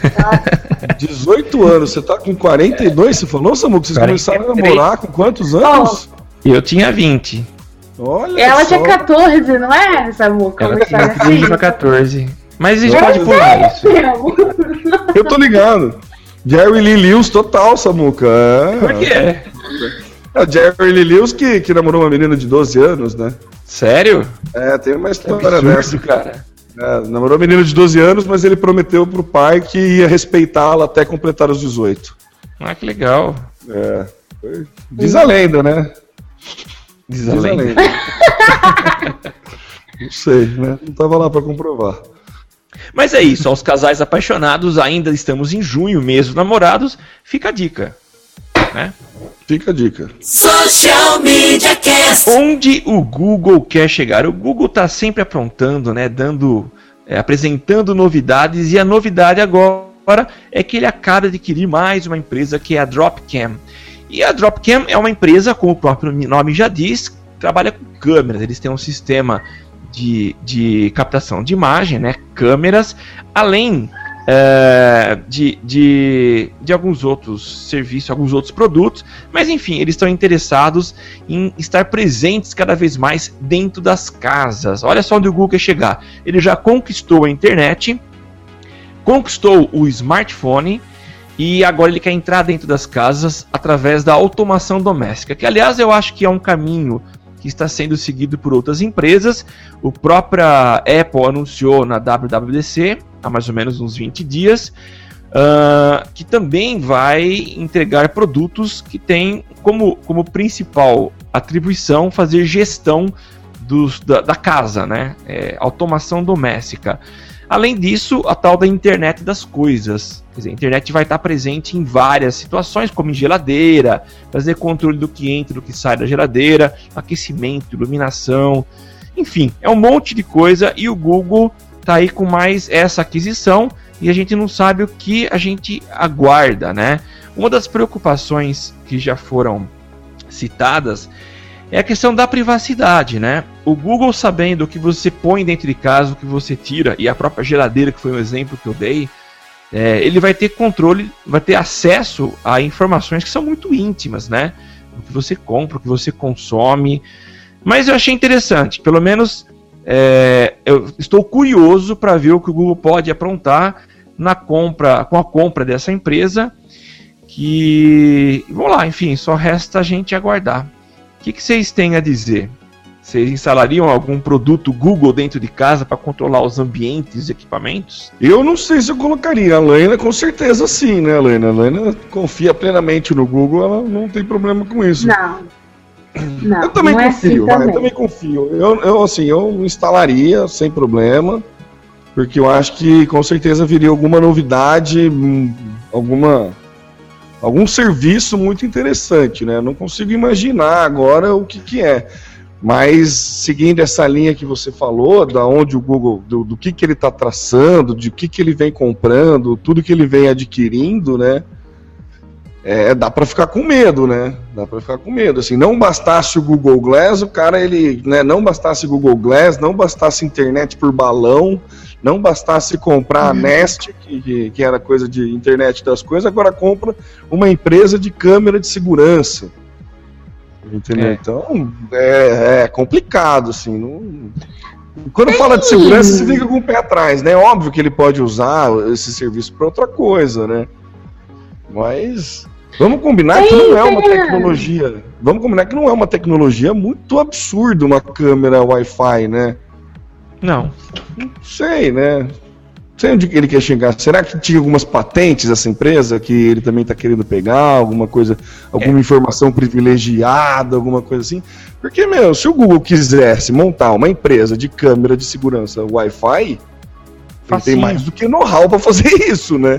18 anos, você tá com 42, você falou, Samuca? Vocês 43. começaram a namorar com quantos anos? E eu tinha 20. Olha Ela só. tinha 14, não é, Samuca? Ela Uma tinha história 15 assim? pra 14. Mas a gente pode pular isso. Eu tô ligado. Jerry Lee Lewis total, Samuca. Por quê? É o Jerry Lee Lewis que namorou uma menina de 12 anos, né? Sério? Tem uma história Absurdo, dessa. cara. Namorou uma menina de 12 anos, mas ele prometeu pro pai que ia respeitá-la até completar os 18. Ah, que legal. Diz a lenda, né? Diz a lenda. Não sei, né? Não tava lá pra comprovar. Mas é isso, aos casais apaixonados, ainda estamos em junho, mês dos namorados, fica a dica, né? Fica a dica. Social Media Cast. Onde o Google quer chegar? O Google está sempre aprontando, né, apresentando novidades, e a novidade agora é que ele acaba de adquirir mais uma empresa, que é a Dropcam. E a Dropcam é uma empresa, como o próprio nome já diz, trabalha com câmeras. Eles têm um sistema de captação de imagem, né, câmeras, além de alguns outros serviços, alguns outros produtos, mas enfim, eles estão interessados em estar presentes cada vez mais dentro das casas. Olha só onde o Google quer chegar. Ele já conquistou a internet, conquistou o smartphone, e agora ele quer entrar dentro das casas através da automação doméstica, que aliás eu acho que é um caminho que está sendo seguido por outras empresas. O próprio Apple anunciou na WWDC, há mais ou menos uns 20 dias, que também vai entregar produtos que têm como principal atribuição fazer gestão da casa, né? Automação doméstica. Além disso, a tal da internet das coisas. Quer dizer, a internet vai estar presente em várias situações, como em geladeira, fazer controle do que entra e do que sai da geladeira, aquecimento, iluminação, enfim, é um monte de coisa, e o Google está aí com mais essa aquisição e a gente não sabe o que a gente aguarda, né? Uma das preocupações que já foram citadas é a questão da privacidade, né? O Google, sabendo o que você põe dentro de casa, o que você tira, e a própria geladeira, que foi um exemplo que eu dei, ele vai ter controle, vai ter acesso a informações que são muito íntimas, né? O que você compra, o que você consome. Mas eu achei interessante, pelo menos eu estou curioso para ver o que o Google pode aprontar com a compra dessa empresa, que, vamos lá, enfim, só resta a gente aguardar. O que vocês têm a dizer? Vocês instalariam algum produto Google dentro de casa para controlar os ambientes e equipamentos? Eu não sei se eu colocaria. A Laina com certeza sim, né, Laina? A Laina confia plenamente no Google, ela não tem problema com isso. Não, eu também não confio, é assim eu também confio. Eu instalaria sem problema, porque eu acho que com certeza viria alguma novidade, algum serviço muito interessante, né? Eu não consigo imaginar agora o que é. Mas seguindo essa linha que você falou, da onde o Google, do que ele está traçando, de que ele vem comprando, tudo que ele vem adquirindo, né? Dá para ficar com medo, né? Dá para ficar com medo. Assim, não bastasse o Google Glass, não bastasse o Google Glass, não bastasse internet por balão, não bastasse comprar a Nest, que era coisa de internet das coisas, agora compra uma empresa de câmera de segurança. Entendeu? Então, é complicado, assim. Quando fala de segurança, você fica com o pé atrás, né? Óbvio que ele pode usar esse serviço para outra coisa, né? Mas vamos combinar que não é uma tecnologia. Vamos combinar que não é uma tecnologia muito absurda uma câmera Wi-Fi, né? Não. Não sei, né? Não sei onde ele quer chegar. Será que tinha algumas patentes essa empresa que ele também está querendo pegar? Alguma coisa, alguma informação privilegiada, alguma coisa assim? Porque, se o Google quisesse montar uma empresa de câmera de segurança Wi-Fi, ele tem mais do que know-how para fazer isso, né?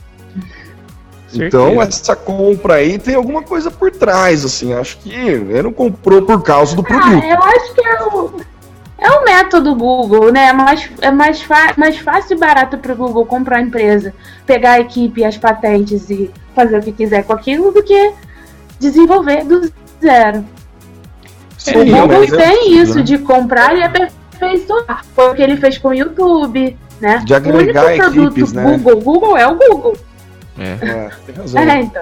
Então, essa compra aí tem alguma coisa por trás, assim. Acho que ele não comprou por causa do produto. Eu acho que é o método Google, né? É mais fácil e barato para o Google comprar a empresa, pegar a equipe e as patentes e fazer o que quiser com aquilo do que desenvolver do zero. O Google tem isso, né? De comprar e aperfeiçoar. Foi o que ele fez com o YouTube, né? De agregar o único equipes, produto, né? Google é o Google. Tem razão. Então.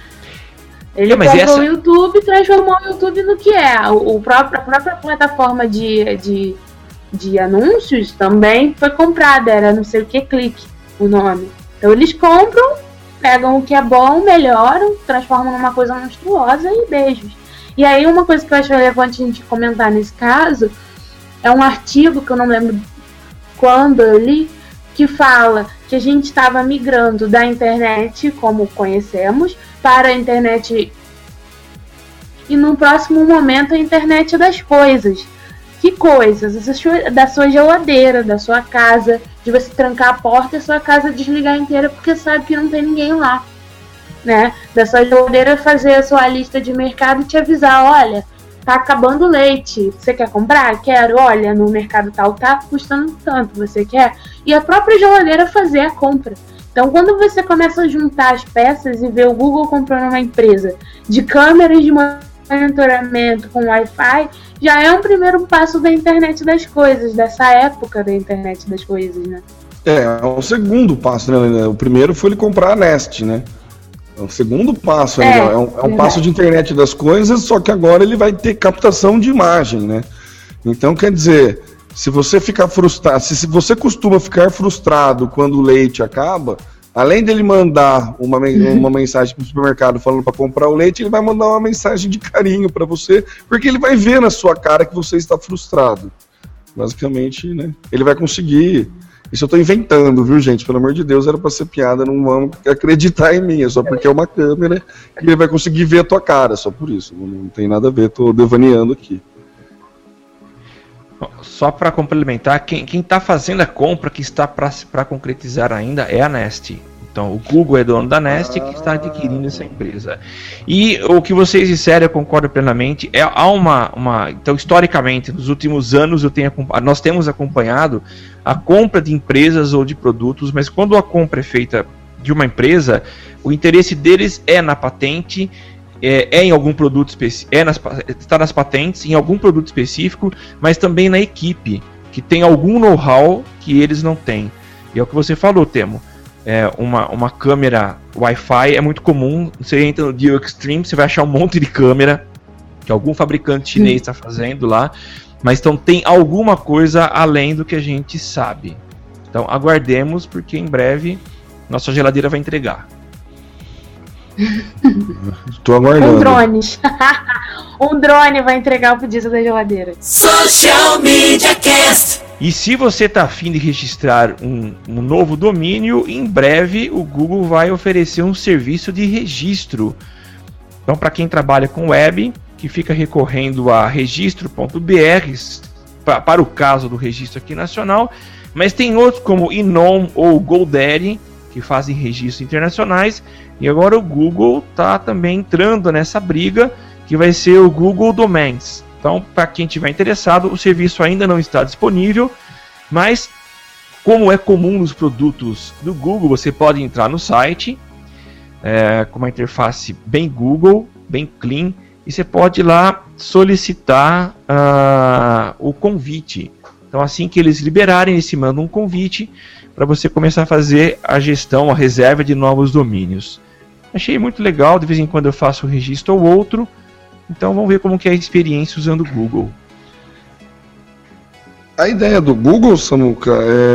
Ele comprou o YouTube e transformou o YouTube no que é. A própria plataforma de anúncios também foi comprada, era não sei o que clique o nome. Então eles compram, pegam o que é bom, melhoram, transformam numa coisa monstruosa e beijos. E aí uma coisa que eu acho relevante a gente comentar nesse caso é um artigo que eu não lembro quando eu li, que fala que a gente estava migrando da internet, como conhecemos, para a internet e no próximo momento a internet das coisas. Que coisas? Da sua geladeira, da sua casa, de você trancar a porta e a sua casa desligar inteira porque sabe que não tem ninguém lá, né? Da sua geladeira fazer a sua lista de mercado e te avisar, olha, tá acabando o leite, você quer comprar? Quero, olha, no mercado tal tá custando tanto, você quer? E a própria geladeira fazer a compra. Então, quando você começa a juntar as peças e ver o Google comprando uma empresa de câmeras de monitoramento com Wi-Fi, já é um primeiro passo da internet das coisas, dessa época da internet das coisas, né? É o segundo passo, né? O primeiro foi ele comprar a Nest, né? É o segundo passo ainda, é um passo de internet das coisas, só que agora ele vai ter captação de imagem, né? Então, quer dizer, se você ficar frustrado, se você costuma ficar frustrado quando o leite acaba, além dele mandar uma mensagem para o supermercado falando para comprar o leite, ele vai mandar uma mensagem de carinho para você, porque ele vai ver na sua cara que você está frustrado. Basicamente, né? Ele vai conseguir. Isso eu tô inventando, viu, gente? Pelo amor de Deus, era pra ser piada, não vamos acreditar em mim, é só porque é uma câmera que ele vai conseguir ver a tua cara, só por isso, não tem nada a ver, tô devaneando aqui. Só para complementar, quem tá fazendo a compra que está para concretizar ainda é a Nest. Então, o Google é dono da Nest que está adquirindo essa empresa. E o que vocês disseram, eu concordo plenamente. Então, historicamente, nos últimos anos, nós temos acompanhado a compra de empresas ou de produtos, mas quando a compra é feita de uma empresa, o interesse deles é na patente, em algum produto específico, está nas patentes, em algum produto específico, mas também na equipe, que tem algum know-how que eles não têm. E é o que você falou, Temo. Uma câmera Wi-Fi é muito comum. Você entra no Deal Extreme, você vai achar um monte de câmera que algum fabricante chinês está fazendo lá, mas então tem alguma coisa além do que a gente sabe. Então aguardemos, porque em breve nossa geladeira vai entregar. Estou aguardando. Um drone. Um drone vai entregar o pedido da geladeira. Social Media Cast. E se você está afim de registrar um novo domínio, em breve o Google vai oferecer um serviço de registro. Então, para quem trabalha com web, que fica recorrendo a registro.br para o caso do registro aqui nacional, mas tem outros como Inom ou GoDaddy, que fazem registros internacionais, e agora o Google está também entrando nessa briga, que vai ser o Google Domains. Então, para quem estiver interessado, o serviço ainda não está disponível, mas como é comum nos produtos do Google, você pode entrar no site com uma interface bem Google, bem clean, e você pode ir lá solicitar o convite. Então, assim que eles liberarem, eles te mandam um convite para você começar a fazer a gestão, a reserva de novos domínios. Achei muito legal, de vez em quando eu faço um registro ou outro, Então vamos ver como que é a experiência usando o Google. A ideia do Google, Samuca,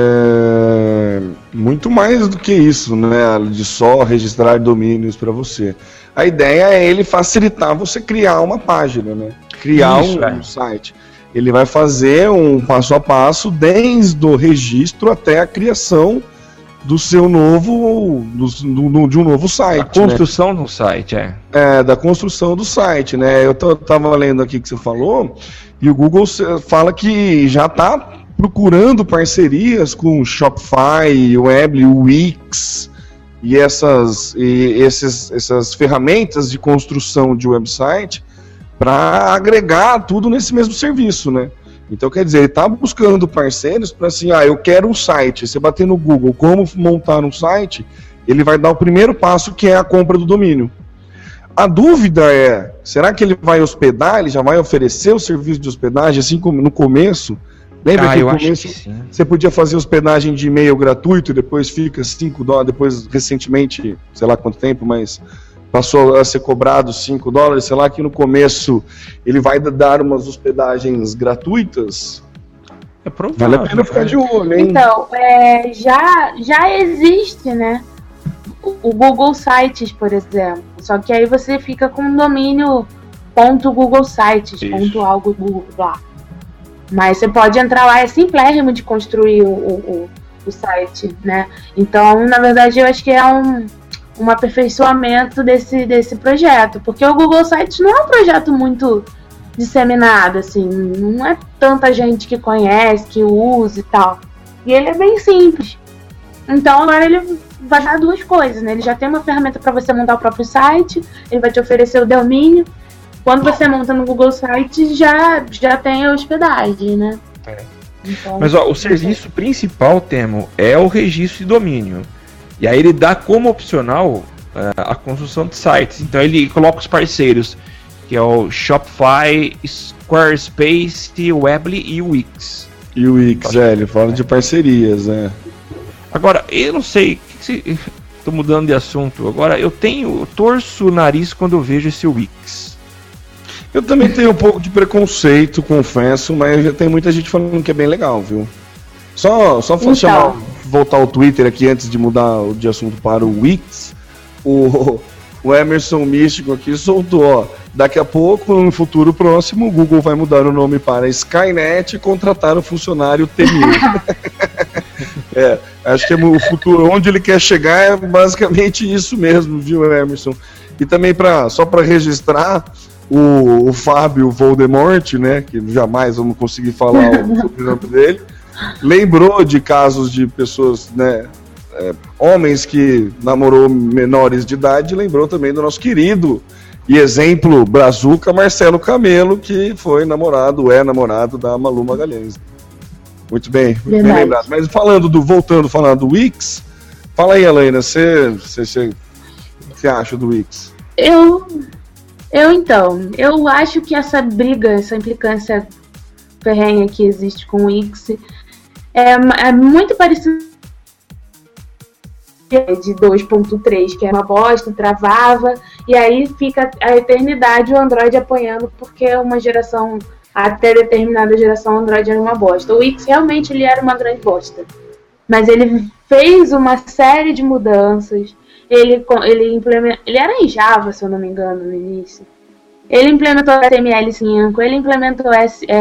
é muito mais do que isso, né? De só registrar domínios para você. A ideia é ele facilitar você criar uma página, né? Criar um site. Ele vai fazer um passo a passo desde o registro até a criação do seu novo, de um novo site. A construção do site, da construção do site, né? Eu tava lendo aqui que você falou, e o Google fala que já está procurando parcerias com Shopify, Weebly, Wix e essas ferramentas de construção de website para agregar tudo nesse mesmo serviço, né? Então, quer dizer, ele está buscando parceiros para assim, eu quero um site. Você bater no Google como montar um site, ele vai dar o primeiro passo, que é a compra do domínio. A dúvida é, será que ele vai hospedar, ele já vai oferecer o serviço de hospedagem, assim como no começo? Lembra que no começo você podia fazer hospedagem de e-mail gratuito e depois fica $5, depois recentemente, sei lá quanto tempo, mas passou a ser cobrado $5, sei lá, que no começo ele vai dar umas hospedagens gratuitas. É provável. Vale a pena ficar de olho, hein? Então, já existe, né, o Google Sites, por exemplo, só que aí você fica com o domínio .google sites, .algo Google lá. Mas você pode entrar lá, é simplérrimo de construir o site, né? Então, na verdade, eu acho que é um aperfeiçoamento desse projeto, porque o Google Sites não é um projeto muito disseminado, assim, não é tanta gente que conhece, que usa e tal, e ele é bem simples. Então agora ele vai dar duas coisas, né? Ele já tem uma ferramenta para você montar o próprio site, ele vai te oferecer o domínio. Quando você monta no Google Sites, já tem a hospedagem, né? Então, mas o serviço principal, Temo, é o registro de domínio. E aí ele dá como opcional a construção de sites. Então ele coloca os parceiros, que é o Shopify, Squarespace, Weebly e o Wix. E o Wix, ele fala de parcerias, né? Agora, eu não sei, tô mudando de assunto. Agora, eu torço o nariz quando eu vejo esse Wix. Eu também tenho um pouco de preconceito, confesso, mas já tem muita gente falando que é bem legal, viu? Só então, voltar ao Twitter aqui antes de mudar de assunto para o Wix. O Emerson Místico aqui soltou, daqui a pouco, no futuro próximo, o Google vai mudar o nome para Skynet e contratar o funcionário T1000. Acho que o futuro, onde ele quer chegar é basicamente isso mesmo, viu, Emerson? E também, só para registrar, o Fábio Voldemort, né, que jamais vamos conseguir falar o sobrenome dele, lembrou de casos de pessoas, né, homens que namorou menores de idade, lembrou também do nosso querido e exemplo brazuca Marcelo Camelo, que foi namorado da Malu Magalhães. Muito bem lembrado. Mas voltando a falar do Wix, fala aí, Helena, você acha do Wix? Eu acho que essa briga, essa implicância ferrenha que existe com o Wix é muito parecido de 2.3, que é uma bosta, travava, e aí fica a eternidade o Android apanhando, porque uma geração, até determinada geração, o Android era uma bosta. O Wix realmente ele era uma grande bosta, mas ele fez uma série de mudanças. Ele era em Java, se eu não me engano, no início. Ele implementou HTML5, ele implementou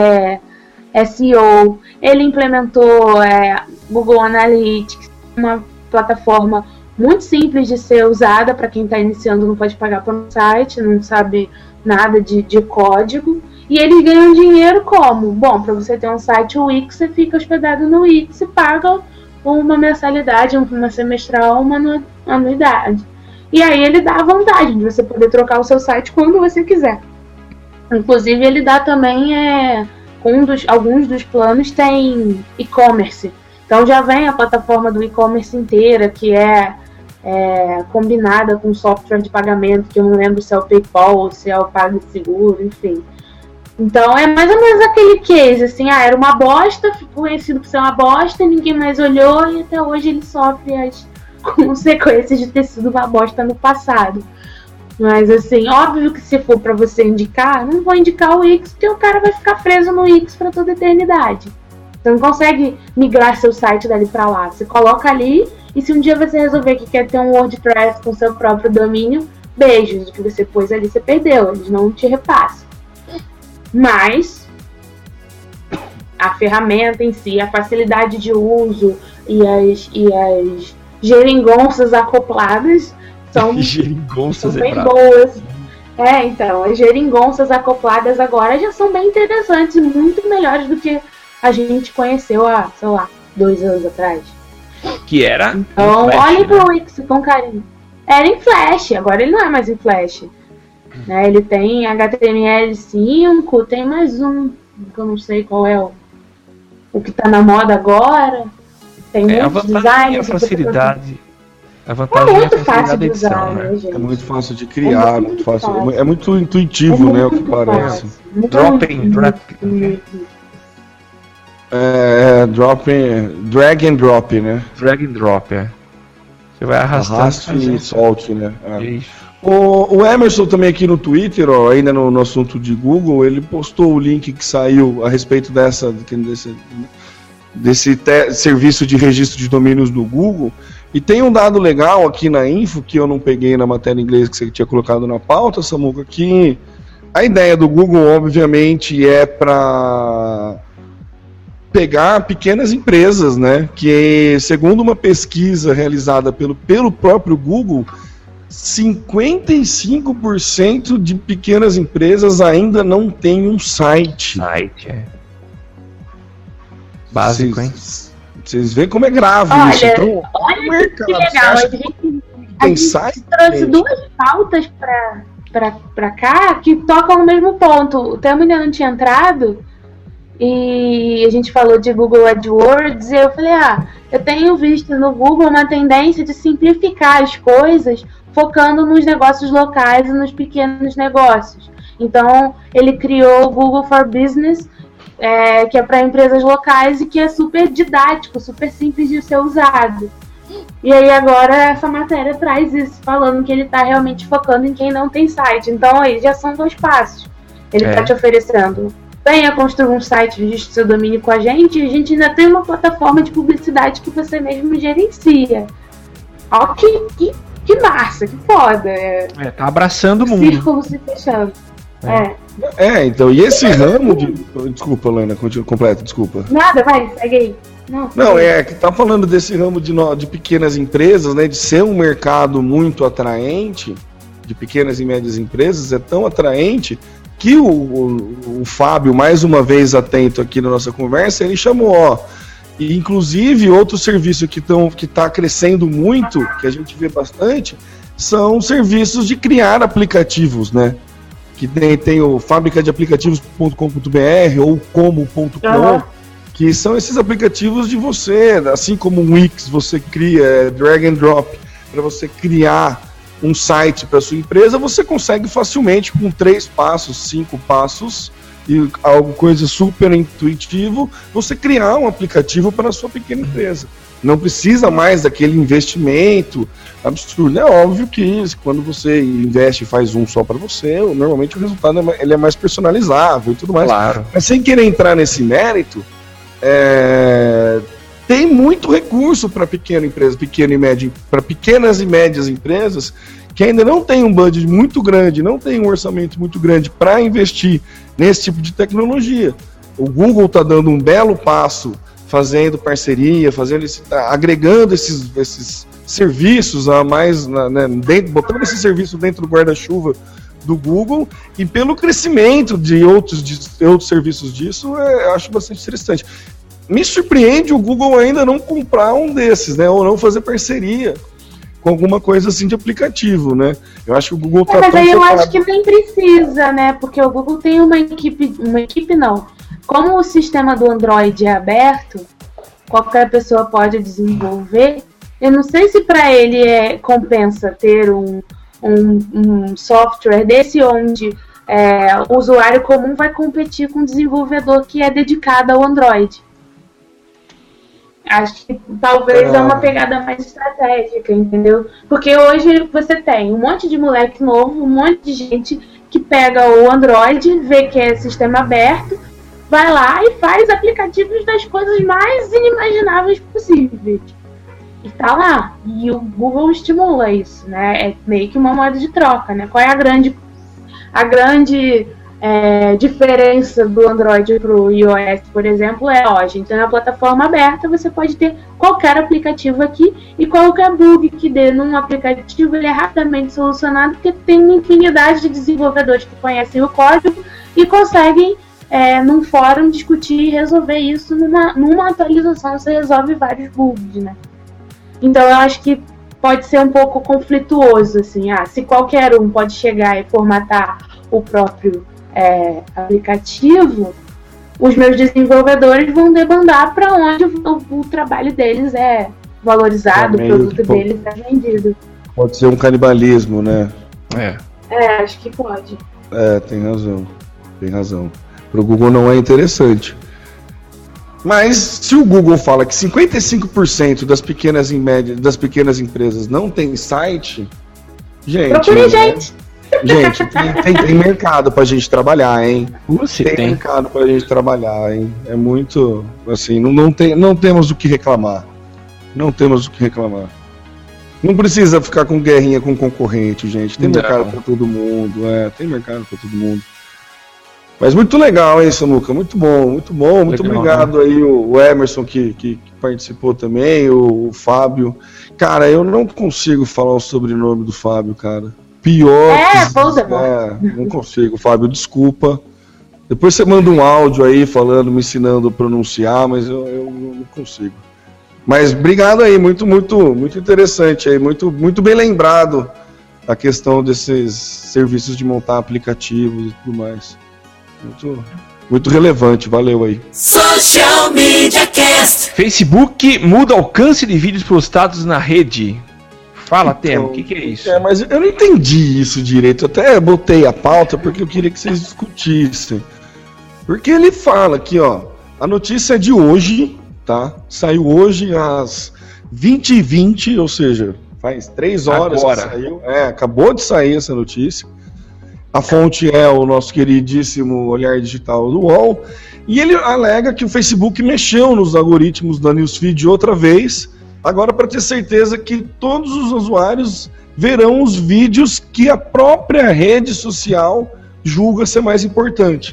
SEO, ele implementou Google Analytics, uma plataforma muito simples de ser usada para quem está iniciando, não pode pagar por um site, não sabe nada de código. E eles ganham dinheiro como? Bom, para você ter um site Wix, você fica hospedado no Wix e paga uma mensalidade, uma semestral, uma anuidade. E aí ele dá a vantagem de você poder trocar o seu site quando você quiser. Inclusive ele dá também, alguns dos planos tem e-commerce. Então já vem a plataforma do e-commerce inteira, que é combinada com software de pagamento, que eu não lembro se é o PayPal ou se é o PagSeguro, enfim. Então é mais ou menos aquele case, assim, era uma bosta, ficou conhecido por ser uma bosta, ninguém mais olhou e até hoje ele sofre as consequências de ter sido uma bosta no passado. Mas assim, óbvio que se for pra você indicar, não vou indicar o Wix, porque o cara vai ficar preso no Wix pra toda a eternidade. Você não consegue migrar seu site dali pra lá. Você coloca ali, e se um dia você resolver que quer ter um WordPress com seu próprio domínio, beijos, o que você pôs ali você perdeu, eles não te repassam. Mas a ferramenta em si, a facilidade de uso e as geringonças acopladas são bem boas. Então, as geringonças acopladas agora já são bem interessantes e muito melhores do que a gente conheceu há, sei lá, 2 anos atrás. Que era? Então, olhem pro Wix com carinho. Era em Flash, agora ele não é mais em Flash. Né? Ele tem HTML5, tem mais um, que eu não sei qual é o que tá na moda agora. Tem muitos designs. A facilidade. A vantagem é muito é a fácil de edição, usar, né? gente? É muito fácil de criar, muito fácil. É muito intuitivo, né? O que parece. Drag and drop, né? Drag and drop, é. Você vai arrastando. Arraste e solte, né? Isso. O Emerson também aqui no Twitter, ó, ainda no assunto de Google, ele postou o link que saiu a respeito desse serviço de registro de domínios do Google. E tem um dado legal aqui na info, que eu não peguei na matéria em inglês que você tinha colocado na pauta, Samuca, que a ideia do Google, obviamente, é para pegar pequenas empresas, né? Que, segundo uma pesquisa realizada pelo próprio Google, 55% de pequenas empresas ainda não tem um site. Básico, hein? Vocês veem como é grave isso. Então, olha que legal. A gente trouxe 2 pautas pra cá que tocam no mesmo ponto. O Temo ainda não tinha entrado e a gente falou de Google AdWords e eu falei, eu tenho visto no Google uma tendência de simplificar as coisas focando nos negócios locais e nos pequenos negócios. Então, ele criou o Google for Business, que é para empresas locais e que é super didático, super simples de ser usado. E aí agora essa matéria traz isso, falando que ele está realmente focando em quem não tem site. Então aí já são 2 passos. Ele está te oferecendo, venha construir um site, registre seu domínio com a gente, e a gente ainda tem uma plataforma de publicidade que você mesmo gerencia. Ó, que massa, que foda. Tá abraçando o mundo. Círculo se fechando. Então, e esse ramo de... Desculpa, Lena, completa, desculpa. Nada, vai, segue aí. Não, que tá falando desse ramo de pequenas empresas, né, de ser um mercado muito atraente, de pequenas e médias empresas, é tão atraente que o Fábio, mais uma vez atento aqui na nossa conversa, ele chamou, e inclusive outro serviço que tá crescendo muito, que a gente vê bastante, são serviços de criar aplicativos, né? Que tem o fabricadeaplicativos.com.br ou como.com, que são esses aplicativos de você, assim como o Wix, você cria drag and drop, para você criar um site para sua empresa, você consegue facilmente, com 3 passos, 5 passos, e alguma coisa super intuitivo, você criar um aplicativo para a sua pequena empresa. Não precisa mais daquele investimento absurdo. É óbvio que quando você investe e faz um só para você, normalmente o resultado ele é mais personalizável e tudo mais. Claro. Mas sem querer entrar nesse mérito, tem muito recurso para pequena empresa, para pequenas e médias empresas que ainda não tem um budget muito grande, não tem um orçamento muito grande para investir nesse tipo de tecnologia. O Google está dando um belo passo, fazendo parceria, agregando esses serviços a mais, botando esse serviço dentro do guarda-chuva do Google, e pelo crescimento de outros serviços disso, eu acho bastante interessante. Me surpreende o Google ainda não comprar um desses, né, ou não fazer parceria com alguma coisa assim de aplicativo, né? Eu acho que o Google tá mas aí eu acho que nem precisa, né? Porque o Google tem uma equipe não. Como o sistema do Android é aberto, qualquer pessoa pode desenvolver. Eu não sei se para ele compensa ter um software desse onde o usuário comum vai competir com um desenvolvedor que é dedicado ao Android. Acho que talvez é uma pegada mais estratégica, entendeu? Porque hoje você tem um monte de moleque novo, um monte de gente que pega o Android, vê que é sistema aberto, vai lá e faz aplicativos das coisas mais inimagináveis possíveis. E tá lá. E o Google estimula isso, né? É meio que uma moeda de troca, né? Qual é a grande diferença do Android pro iOS, por exemplo, a gente tem uma plataforma aberta, você pode ter qualquer aplicativo aqui e qualquer bug que dê num aplicativo, ele é rapidamente solucionado, porque tem uma infinidade de desenvolvedores que conhecem o código e conseguem, num fórum, discutir e resolver isso numa atualização, você resolve vários bugs, né? Então eu acho que pode ser um pouco conflituoso, assim, se qualquer um pode chegar e formatar o próprio aplicativo, os meus desenvolvedores vão debandar para onde o trabalho deles é valorizado, o produto deles é vendido. Pode ser um canibalismo, né? Acho que pode. Tem razão. Para o Google não é interessante. Mas se o Google fala que 55% das pequenas empresas não tem site, gente... Procure gente! Gente, tem mercado pra gente trabalhar, hein? Tem mercado pra gente trabalhar, hein? É muito, assim, não temos o que reclamar. Não precisa ficar com guerrinha com concorrente, gente. Tem mercado pra todo mundo, tem mercado pra todo mundo. Mas muito legal, hein, Samuca? Muito bom. Muito legal, obrigado, né? Aí o Emerson que participou também, o Fábio. Cara, eu não consigo falar o sobrenome do Fábio, cara. Pior. Não consigo, Fábio, desculpa. Depois você manda um áudio aí falando, me ensinando a pronunciar, mas eu não consigo. Mas obrigado aí, muito interessante aí, muito bem lembrado a questão desses serviços de montar aplicativos e tudo mais. Muito relevante, valeu aí. Social Media Cast. Facebook muda alcance de vídeos postados na rede. Fala, Temo, o que é isso? Mas eu não entendi isso direito. Eu até botei a pauta porque eu queria que vocês discutissem. Porque ele fala aqui, ó. A notícia é de hoje, tá? Saiu hoje às 20h20, ou seja, faz 3 horas agora que saiu. Acabou de sair essa notícia. A fonte é o nosso queridíssimo Olhar Digital do UOL. E ele alega que o Facebook mexeu nos algoritmos da Newsfeed outra vez. Agora, para ter certeza que todos os usuários verão os vídeos que a própria rede social julga ser mais importante.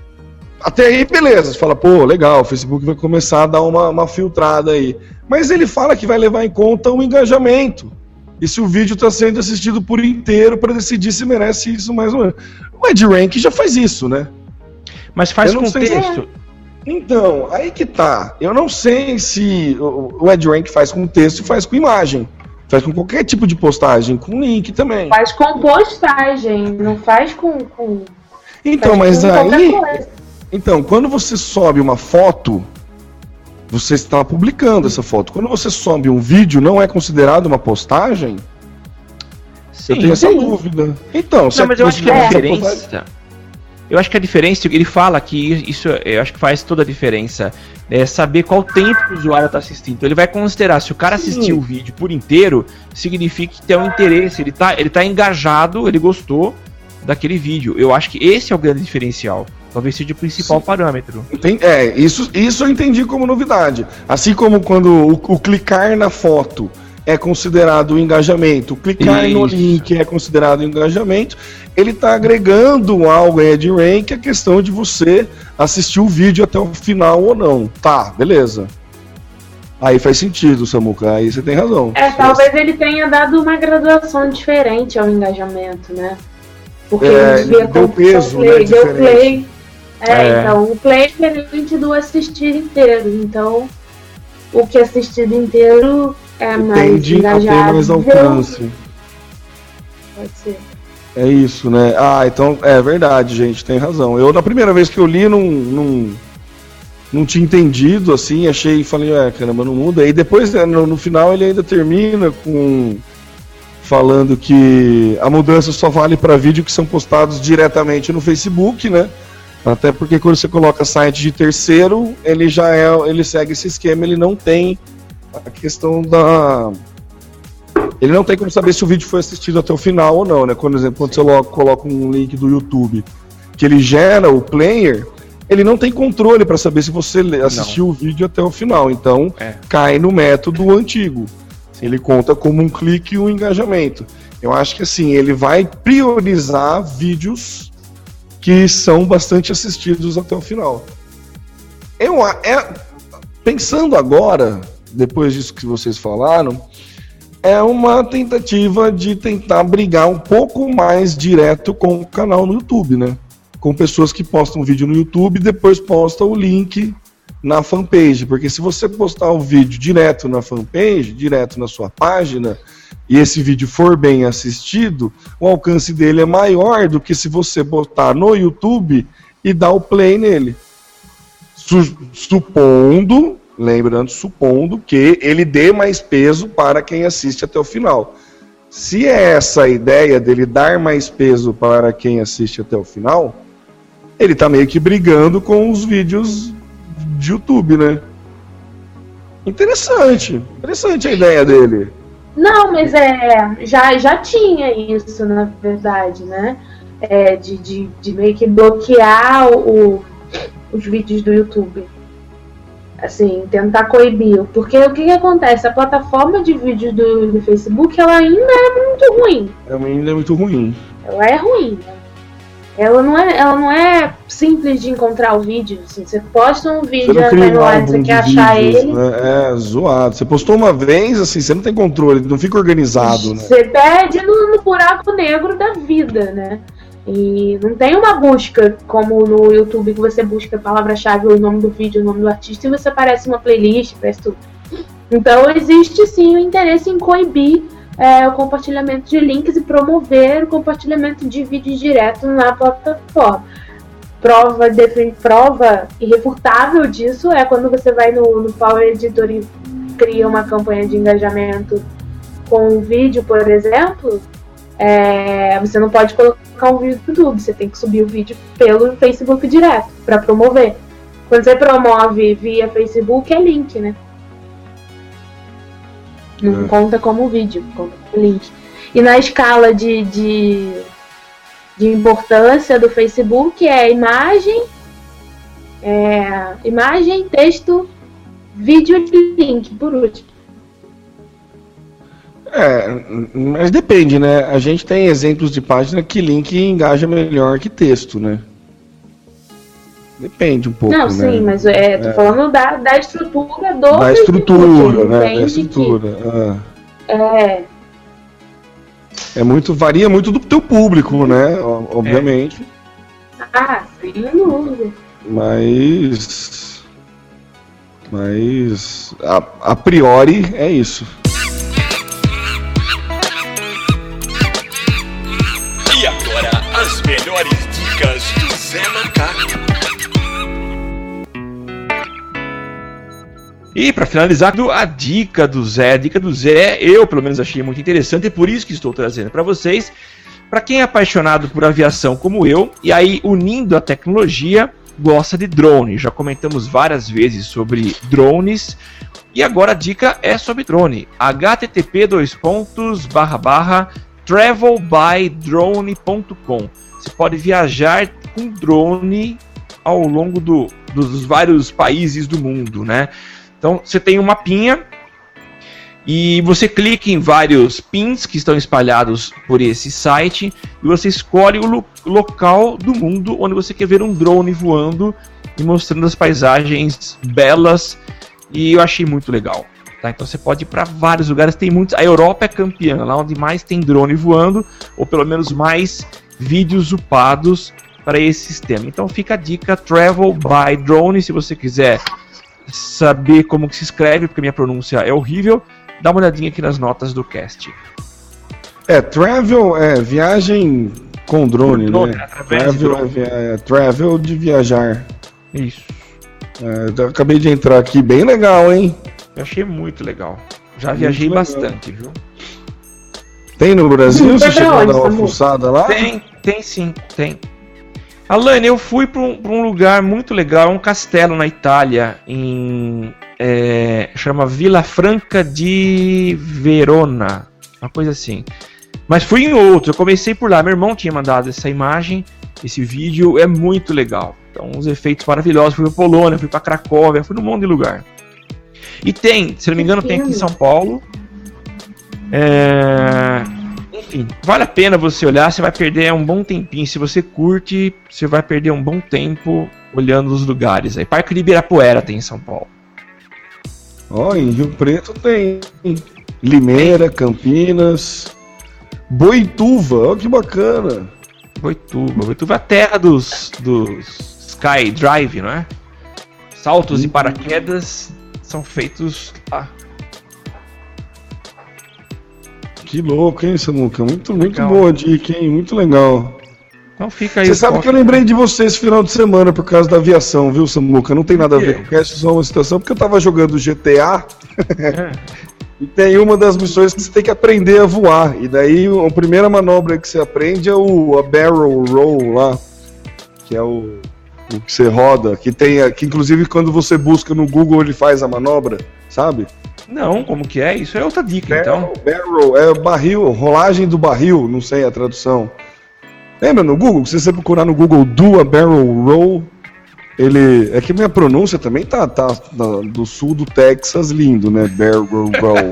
Até aí, beleza. Você fala, pô, legal, o Facebook vai começar a dar uma filtrada aí. Mas ele fala que vai levar em conta o engajamento. E se o vídeo está sendo assistido por inteiro para decidir se merece isso mais ou menos. O EdRank já faz isso, né? Mas faz com texto. Então, aí que tá. Eu não sei se o EdRank faz com texto e faz com imagem. Faz com qualquer tipo de postagem, com link também. Faz com postagem, não faz com... Então, mas aí... Então, quando você sobe uma foto, você está publicando essa foto. Quando você sobe um vídeo, não é considerado uma postagem? Sim, eu tenho essa dúvida. Então, não, mas eu acho que a diferença... Eu acho que a diferença, ele fala que isso, eu acho que faz toda a diferença, é saber qual tempo o usuário está assistindo. Então ele vai considerar, se o cara assistiu o vídeo por inteiro, significa que tem um interesse, ele tá engajado, ele gostou daquele vídeo. Eu acho que esse é o grande diferencial. Talvez seja o principal parâmetro. Isso eu entendi como novidade. Assim como quando o clicar na foto é considerado um engajamento, o clicar no link é considerado um engajamento, ele está agregando algo em EdRank, que é a questão de você assistir o vídeo até o final ou não. Tá, beleza. Aí faz sentido, Samuca, aí você tem razão. Talvez ele tenha dado uma graduação diferente ao engajamento, né? Porque ele deu peso, né? Deu play. Então, o play é diferente do assistir inteiro. Então, o que é assistido inteiro é mais engajado. Tem mais alcance. Pode ser. É isso, né? Então é verdade, gente, tem razão. Eu, na primeira vez que eu li, não tinha entendido, assim, falei, caramba, não muda. E depois, no final, ele ainda termina falando que a mudança só vale para vídeo que são postados diretamente no Facebook, né? Até porque quando você coloca site de terceiro, ele segue esse esquema, ele não tem a questão da... Ele não tem como saber se o vídeo foi assistido até o final ou não, né? Por exemplo, quando você coloca um link do YouTube, que ele gera o player, ele não tem controle para saber se você assistiu o vídeo até o final. Então, cai no método antigo. Ele conta como um clique e um engajamento. Eu acho que assim, ele vai priorizar vídeos que são bastante assistidos até o final. Pensando agora, depois disso que vocês falaram, é uma tentativa de tentar brigar um pouco mais direto com o canal no YouTube, né? Com pessoas que postam vídeo no YouTube e depois postam o link na fanpage. Porque se você postar o vídeo direto na fanpage, direto na sua página, e esse vídeo for bem assistido, o alcance dele é maior do que se você botar no YouTube e dar o play nele. Supondo que ele dê mais peso para quem assiste até o final. Se é essa a ideia dele dar mais peso para quem assiste até o final, ele tá meio que brigando com os vídeos de YouTube, né? Interessante a ideia dele. Não, mas já tinha isso, na verdade, né? De meio que bloquear os vídeos do YouTube. Assim, tentar coibir. Porque o que acontece? A plataforma de vídeos do Facebook, ela ainda é muito ruim. Ela é ruim. Ela não é simples de encontrar o vídeo. Assim, você posta um vídeo na timeline, você quer achar ele. Né? É zoado. Você postou uma vez, assim, você não tem controle, não fica organizado. Né? Você perde no buraco negro da vida, né? E não tem uma busca como no YouTube que você busca a palavra-chave, o nome do vídeo, o nome do artista e você aparece uma playlist, aparece tudo. Então existe sim o interesse em coibir o compartilhamento de links e promover o compartilhamento de vídeos direto na plataforma. Prova irrefutável disso é quando você vai no Power Editor e cria uma campanha de engajamento com um vídeo, por exemplo. Você não pode colocar um vídeo no YouTube, você tem que subir o vídeo pelo Facebook direto para promover. Quando você promove via Facebook é link, né? Não conta como vídeo, conta como link. E na escala de importância do Facebook é imagem, texto, vídeo e link, por último. Mas depende, né? A gente tem exemplos de página que link engaja melhor que texto, né? Depende um pouco, não, né? Sim, mas tô falando da estrutura do da Facebook, estrutura, né? Da estrutura. Varia muito do teu público, né? Obviamente. Sem dúvida. Mas a priori é isso. E agora, as melhores dicas do Zé Macaco. E para finalizar, a dica do Zé, eu pelo menos achei muito interessante, é por isso que estou trazendo para vocês. Para quem é apaixonado por aviação como eu, e aí unindo a tecnologia, gosta de drone. Já comentamos várias vezes sobre drones, e agora a dica é sobre drone. http://travelbydrone.com. Você pode viajar com drone ao longo dos vários países do mundo, né? Então você tem um mapinha e você clica em vários pins que estão espalhados por esse site e você escolhe o local do mundo onde você quer ver um drone voando e mostrando as paisagens belas, e eu achei muito legal. Tá? Então você pode ir para vários lugares, tem muitos. A Europa é campeã, lá onde mais tem drone voando, ou pelo menos mais vídeos upados para esse sistema. Então fica a dica, Travel by Drone. Se você quiser saber como que se escreve, porque minha pronúncia é horrível, dá uma olhadinha aqui nas notas do cast. Travel é viagem com drone, né? Travel de viajar. Isso. Eu acabei de entrar aqui, bem legal, hein? Eu achei muito legal. Já viajei bastante, viu? Tem no Brasil? Você chegou a dar uma fuçada lá? Tem sim, tem. Alane, eu fui para um lugar muito legal, um castelo na Itália, chama Villa Franca di Verona, uma coisa assim. Mas fui em outro, eu comecei por lá, meu irmão tinha mandado essa imagem, esse vídeo, é muito legal. Então, os efeitos maravilhosos, fui para Polônia, fui para Cracóvia, fui num monte de lugar. E tem, se não me engano, tem aqui em São Paulo. Enfim, vale a pena você olhar, você vai perder um bom tempinho. Se você curte, você vai perder um bom tempo olhando os lugares aí. Parque de Ibirapuera tem em São Paulo. Ó, em Rio Preto tem Limeira, Campinas, Boituva, ó que bacana. Boituva é a terra dos Sky Drive, não é? Saltos e paraquedas são feitos lá. Que louco, hein, Samuca? Muito boa a dica, hein? Muito legal. Então fica aí. Você sabe que eu lembrei de você esse final de semana por causa da aviação, viu, Samuca? Não tem nada a ver com o cast, só uma situação, porque eu tava jogando GTA e tem uma das missões que você tem que aprender a voar. E daí a primeira manobra que você aprende é a barrel roll lá, que é o que você roda, que inclusive quando você busca no Google ele faz a manobra, sabe? Não, como que é? Isso é outra dica, então. Barrel, é barril, rolagem do barril, não sei a tradução. Lembra no Google? Se você procurar no Google do a barrel roll, ele... É que minha pronúncia também tá do sul do Texas lindo, né? Barrel roll.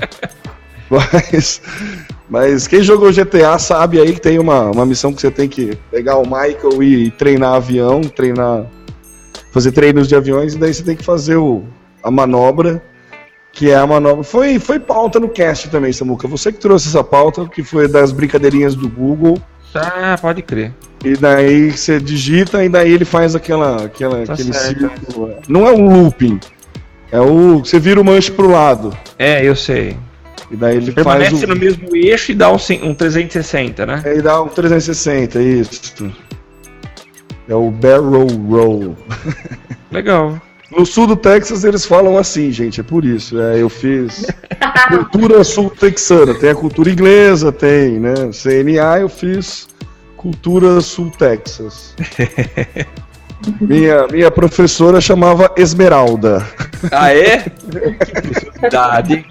Mas quem jogou GTA sabe aí que tem uma missão que você tem que pegar o Michael e treinar avião, fazer treinos de aviões, e daí você tem que fazer a manobra, que é a manobra... Foi pauta no cast também, Samuca. Você que trouxe essa pauta, que foi das brincadeirinhas do Google. Ah, pode crer. E daí você digita e daí ele faz aquele círculo. Não é um looping. Você vira o manche pro lado. É, eu sei. E daí ele permanece no mesmo eixo e dá um 360, né? E dá um 360, isso. É o barrel roll. Legal. No sul do Texas eles falam assim, gente, é por isso. Eu fiz cultura sul-texana, tem a cultura inglesa, tem, né? CNA, eu fiz cultura sul-Texas. Minha professora chamava Esmeralda. Ah, é? Que curiosidade.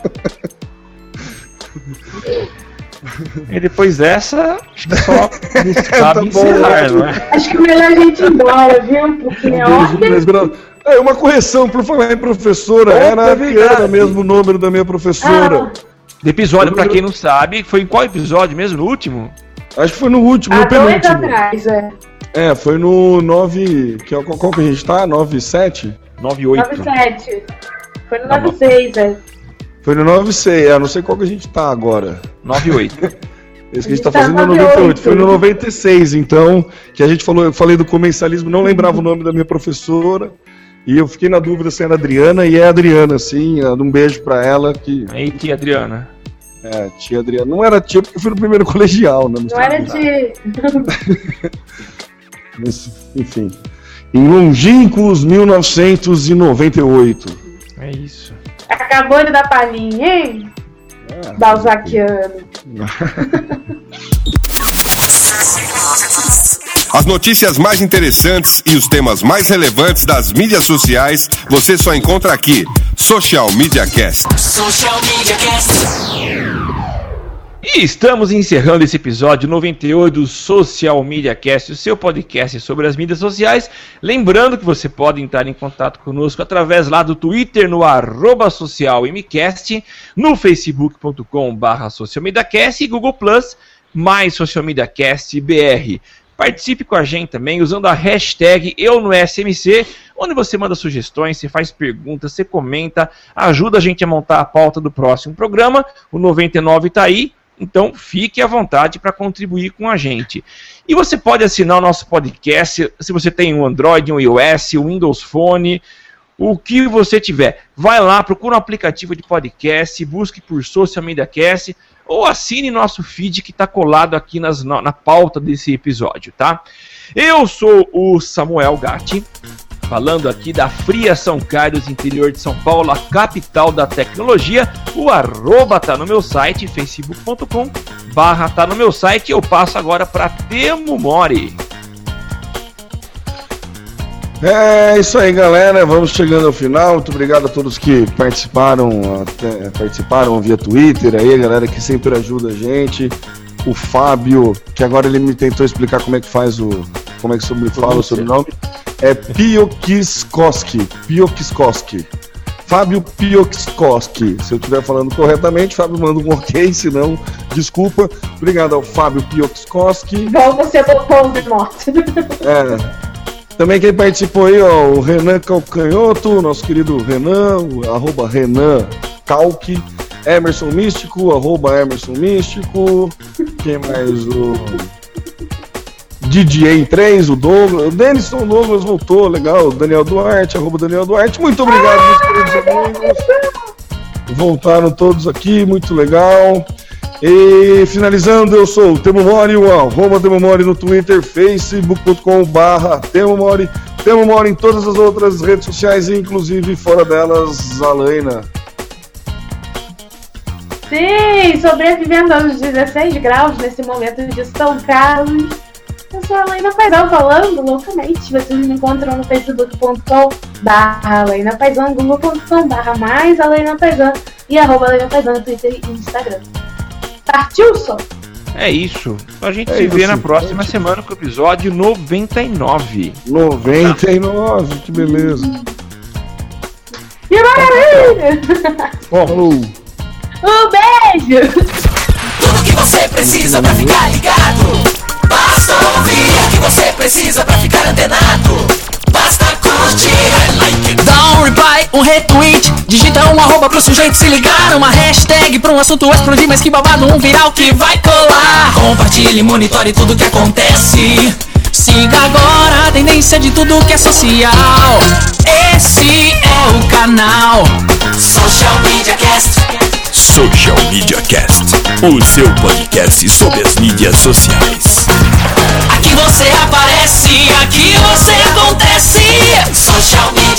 E depois dessa, acho que só cabe encerrar, não é? Acho que é melhor a gente ir embora, viu? Porque é óbvio. Uma correção, por falar em professora, era mesmo o número da minha professora. Do episódio, pra quem não sabe, foi em qual episódio mesmo? No último? Acho que foi no último, no penúltimo. Atrás, foi no 9... Qual que a gente tá? 9-7? 9-8. 9-7. Foi no 9-6, Foi no 9-6, não sei qual que a gente tá agora. 9-8. Esse que a gente tá fazendo no 98, foi no 96, então, que eu falei do comensalismo, não lembrava o nome da minha professora, e eu fiquei na dúvida se era Adriana, e é Adriana, sim, um beijo pra ela. Aí, tia Adriana. Tia Adriana. Não era tia, porque eu fui no primeiro colegial, né? Não era tia. Enfim, em longínquos 1998. É isso. Acabou de dar palhinha, hein? Balzaquiano. As notícias mais interessantes e os temas mais relevantes das mídias sociais você só encontra aqui. Social Media Cast. Social Media Cast. E estamos encerrando esse episódio 98 do Social Media Cast, o seu podcast sobre as mídias sociais. Lembrando que você pode entrar em contato conosco através lá do Twitter no @socialmcast, no facebook.com/socialmediacast e Google Plus, mais Social Media Cast BR. Participe com a gente também usando a hashtag EuNoSMC, onde você manda sugestões, você faz perguntas, você comenta, ajuda a gente a montar a pauta do próximo programa. O 99 está aí, então fique à vontade para contribuir com a gente. E você pode assinar o nosso podcast, se você tem um Android, um iOS, um Windows Phone, o que você tiver. Vai lá, procura um aplicativo de podcast, busque por Social Media Cast, ou assine nosso feed que está colado aqui na pauta desse episódio, tá? Eu sou o Samuel Gatti, falando aqui da Fria São Carlos, interior de São Paulo, a capital da tecnologia. O @ tá no meu site, facebook.com/tá no meu site. Eu passo agora para Temo Mori. É isso aí, galera. Vamos chegando ao final. Muito obrigado a todos que participaram via Twitter aí, a galera que sempre ajuda a gente. O Fábio, que agora ele me tentou explicar como é que faz como é que me fala o sobrenome. É Piokiskoski. Fábio Piokiskoski. Se eu estiver falando corretamente, Fábio manda um ok, se não, desculpa. Obrigado ao Fábio Piokiskoski. Igual você botou de morte. Também quem participou aí, ó, o Renan Calcanhoto, nosso querido Renan, @ Renan Calque, Emerson Místico, @ Emerson Místico, quem mais? O DJ3, o Douglas, o Denison Douglas voltou, legal, o Daniel Duarte, @ Daniel Duarte, muito obrigado, meus queridos amigos, voltaram todos aqui, muito legal. E finalizando, eu sou o Temo Mori, o @ Temo Mori no Twitter, facebook.com/Temo Mori, Temo Mori em todas as outras redes sociais, inclusive fora delas, a Alaina. Sim, sobrevivendo aos 16 graus nesse momento de São Carlos. Eu sou a Alaina Paisão falando loucamente. Vocês me encontram no facebook.com/Alaina Paisão, google.com/mais Alaina Paisão e @ Alaina Paisão no Twitter e Instagram. Partiu, só? É isso. A gente se vê na próxima semana com o episódio 99. 99, que beleza. Que maravilha! Falou! Um beijo! Tudo que você precisa pra ficar ligado. Basta ouvir o que você precisa pra ficar antenado. Basta curtir, I like it. Dá um reply, um retweet, digita um @ pro sujeito se ligar, uma hashtag pra um assunto explodir, mas que babado, um viral que vai colar. Compartilhe e monitore tudo que acontece. Siga agora a tendência de tudo que é social. Esse é o canal Social Media Cast. Social Media Cast, o seu podcast sobre as mídias sociais. Aqui você aparece, aqui você acontece. Social Media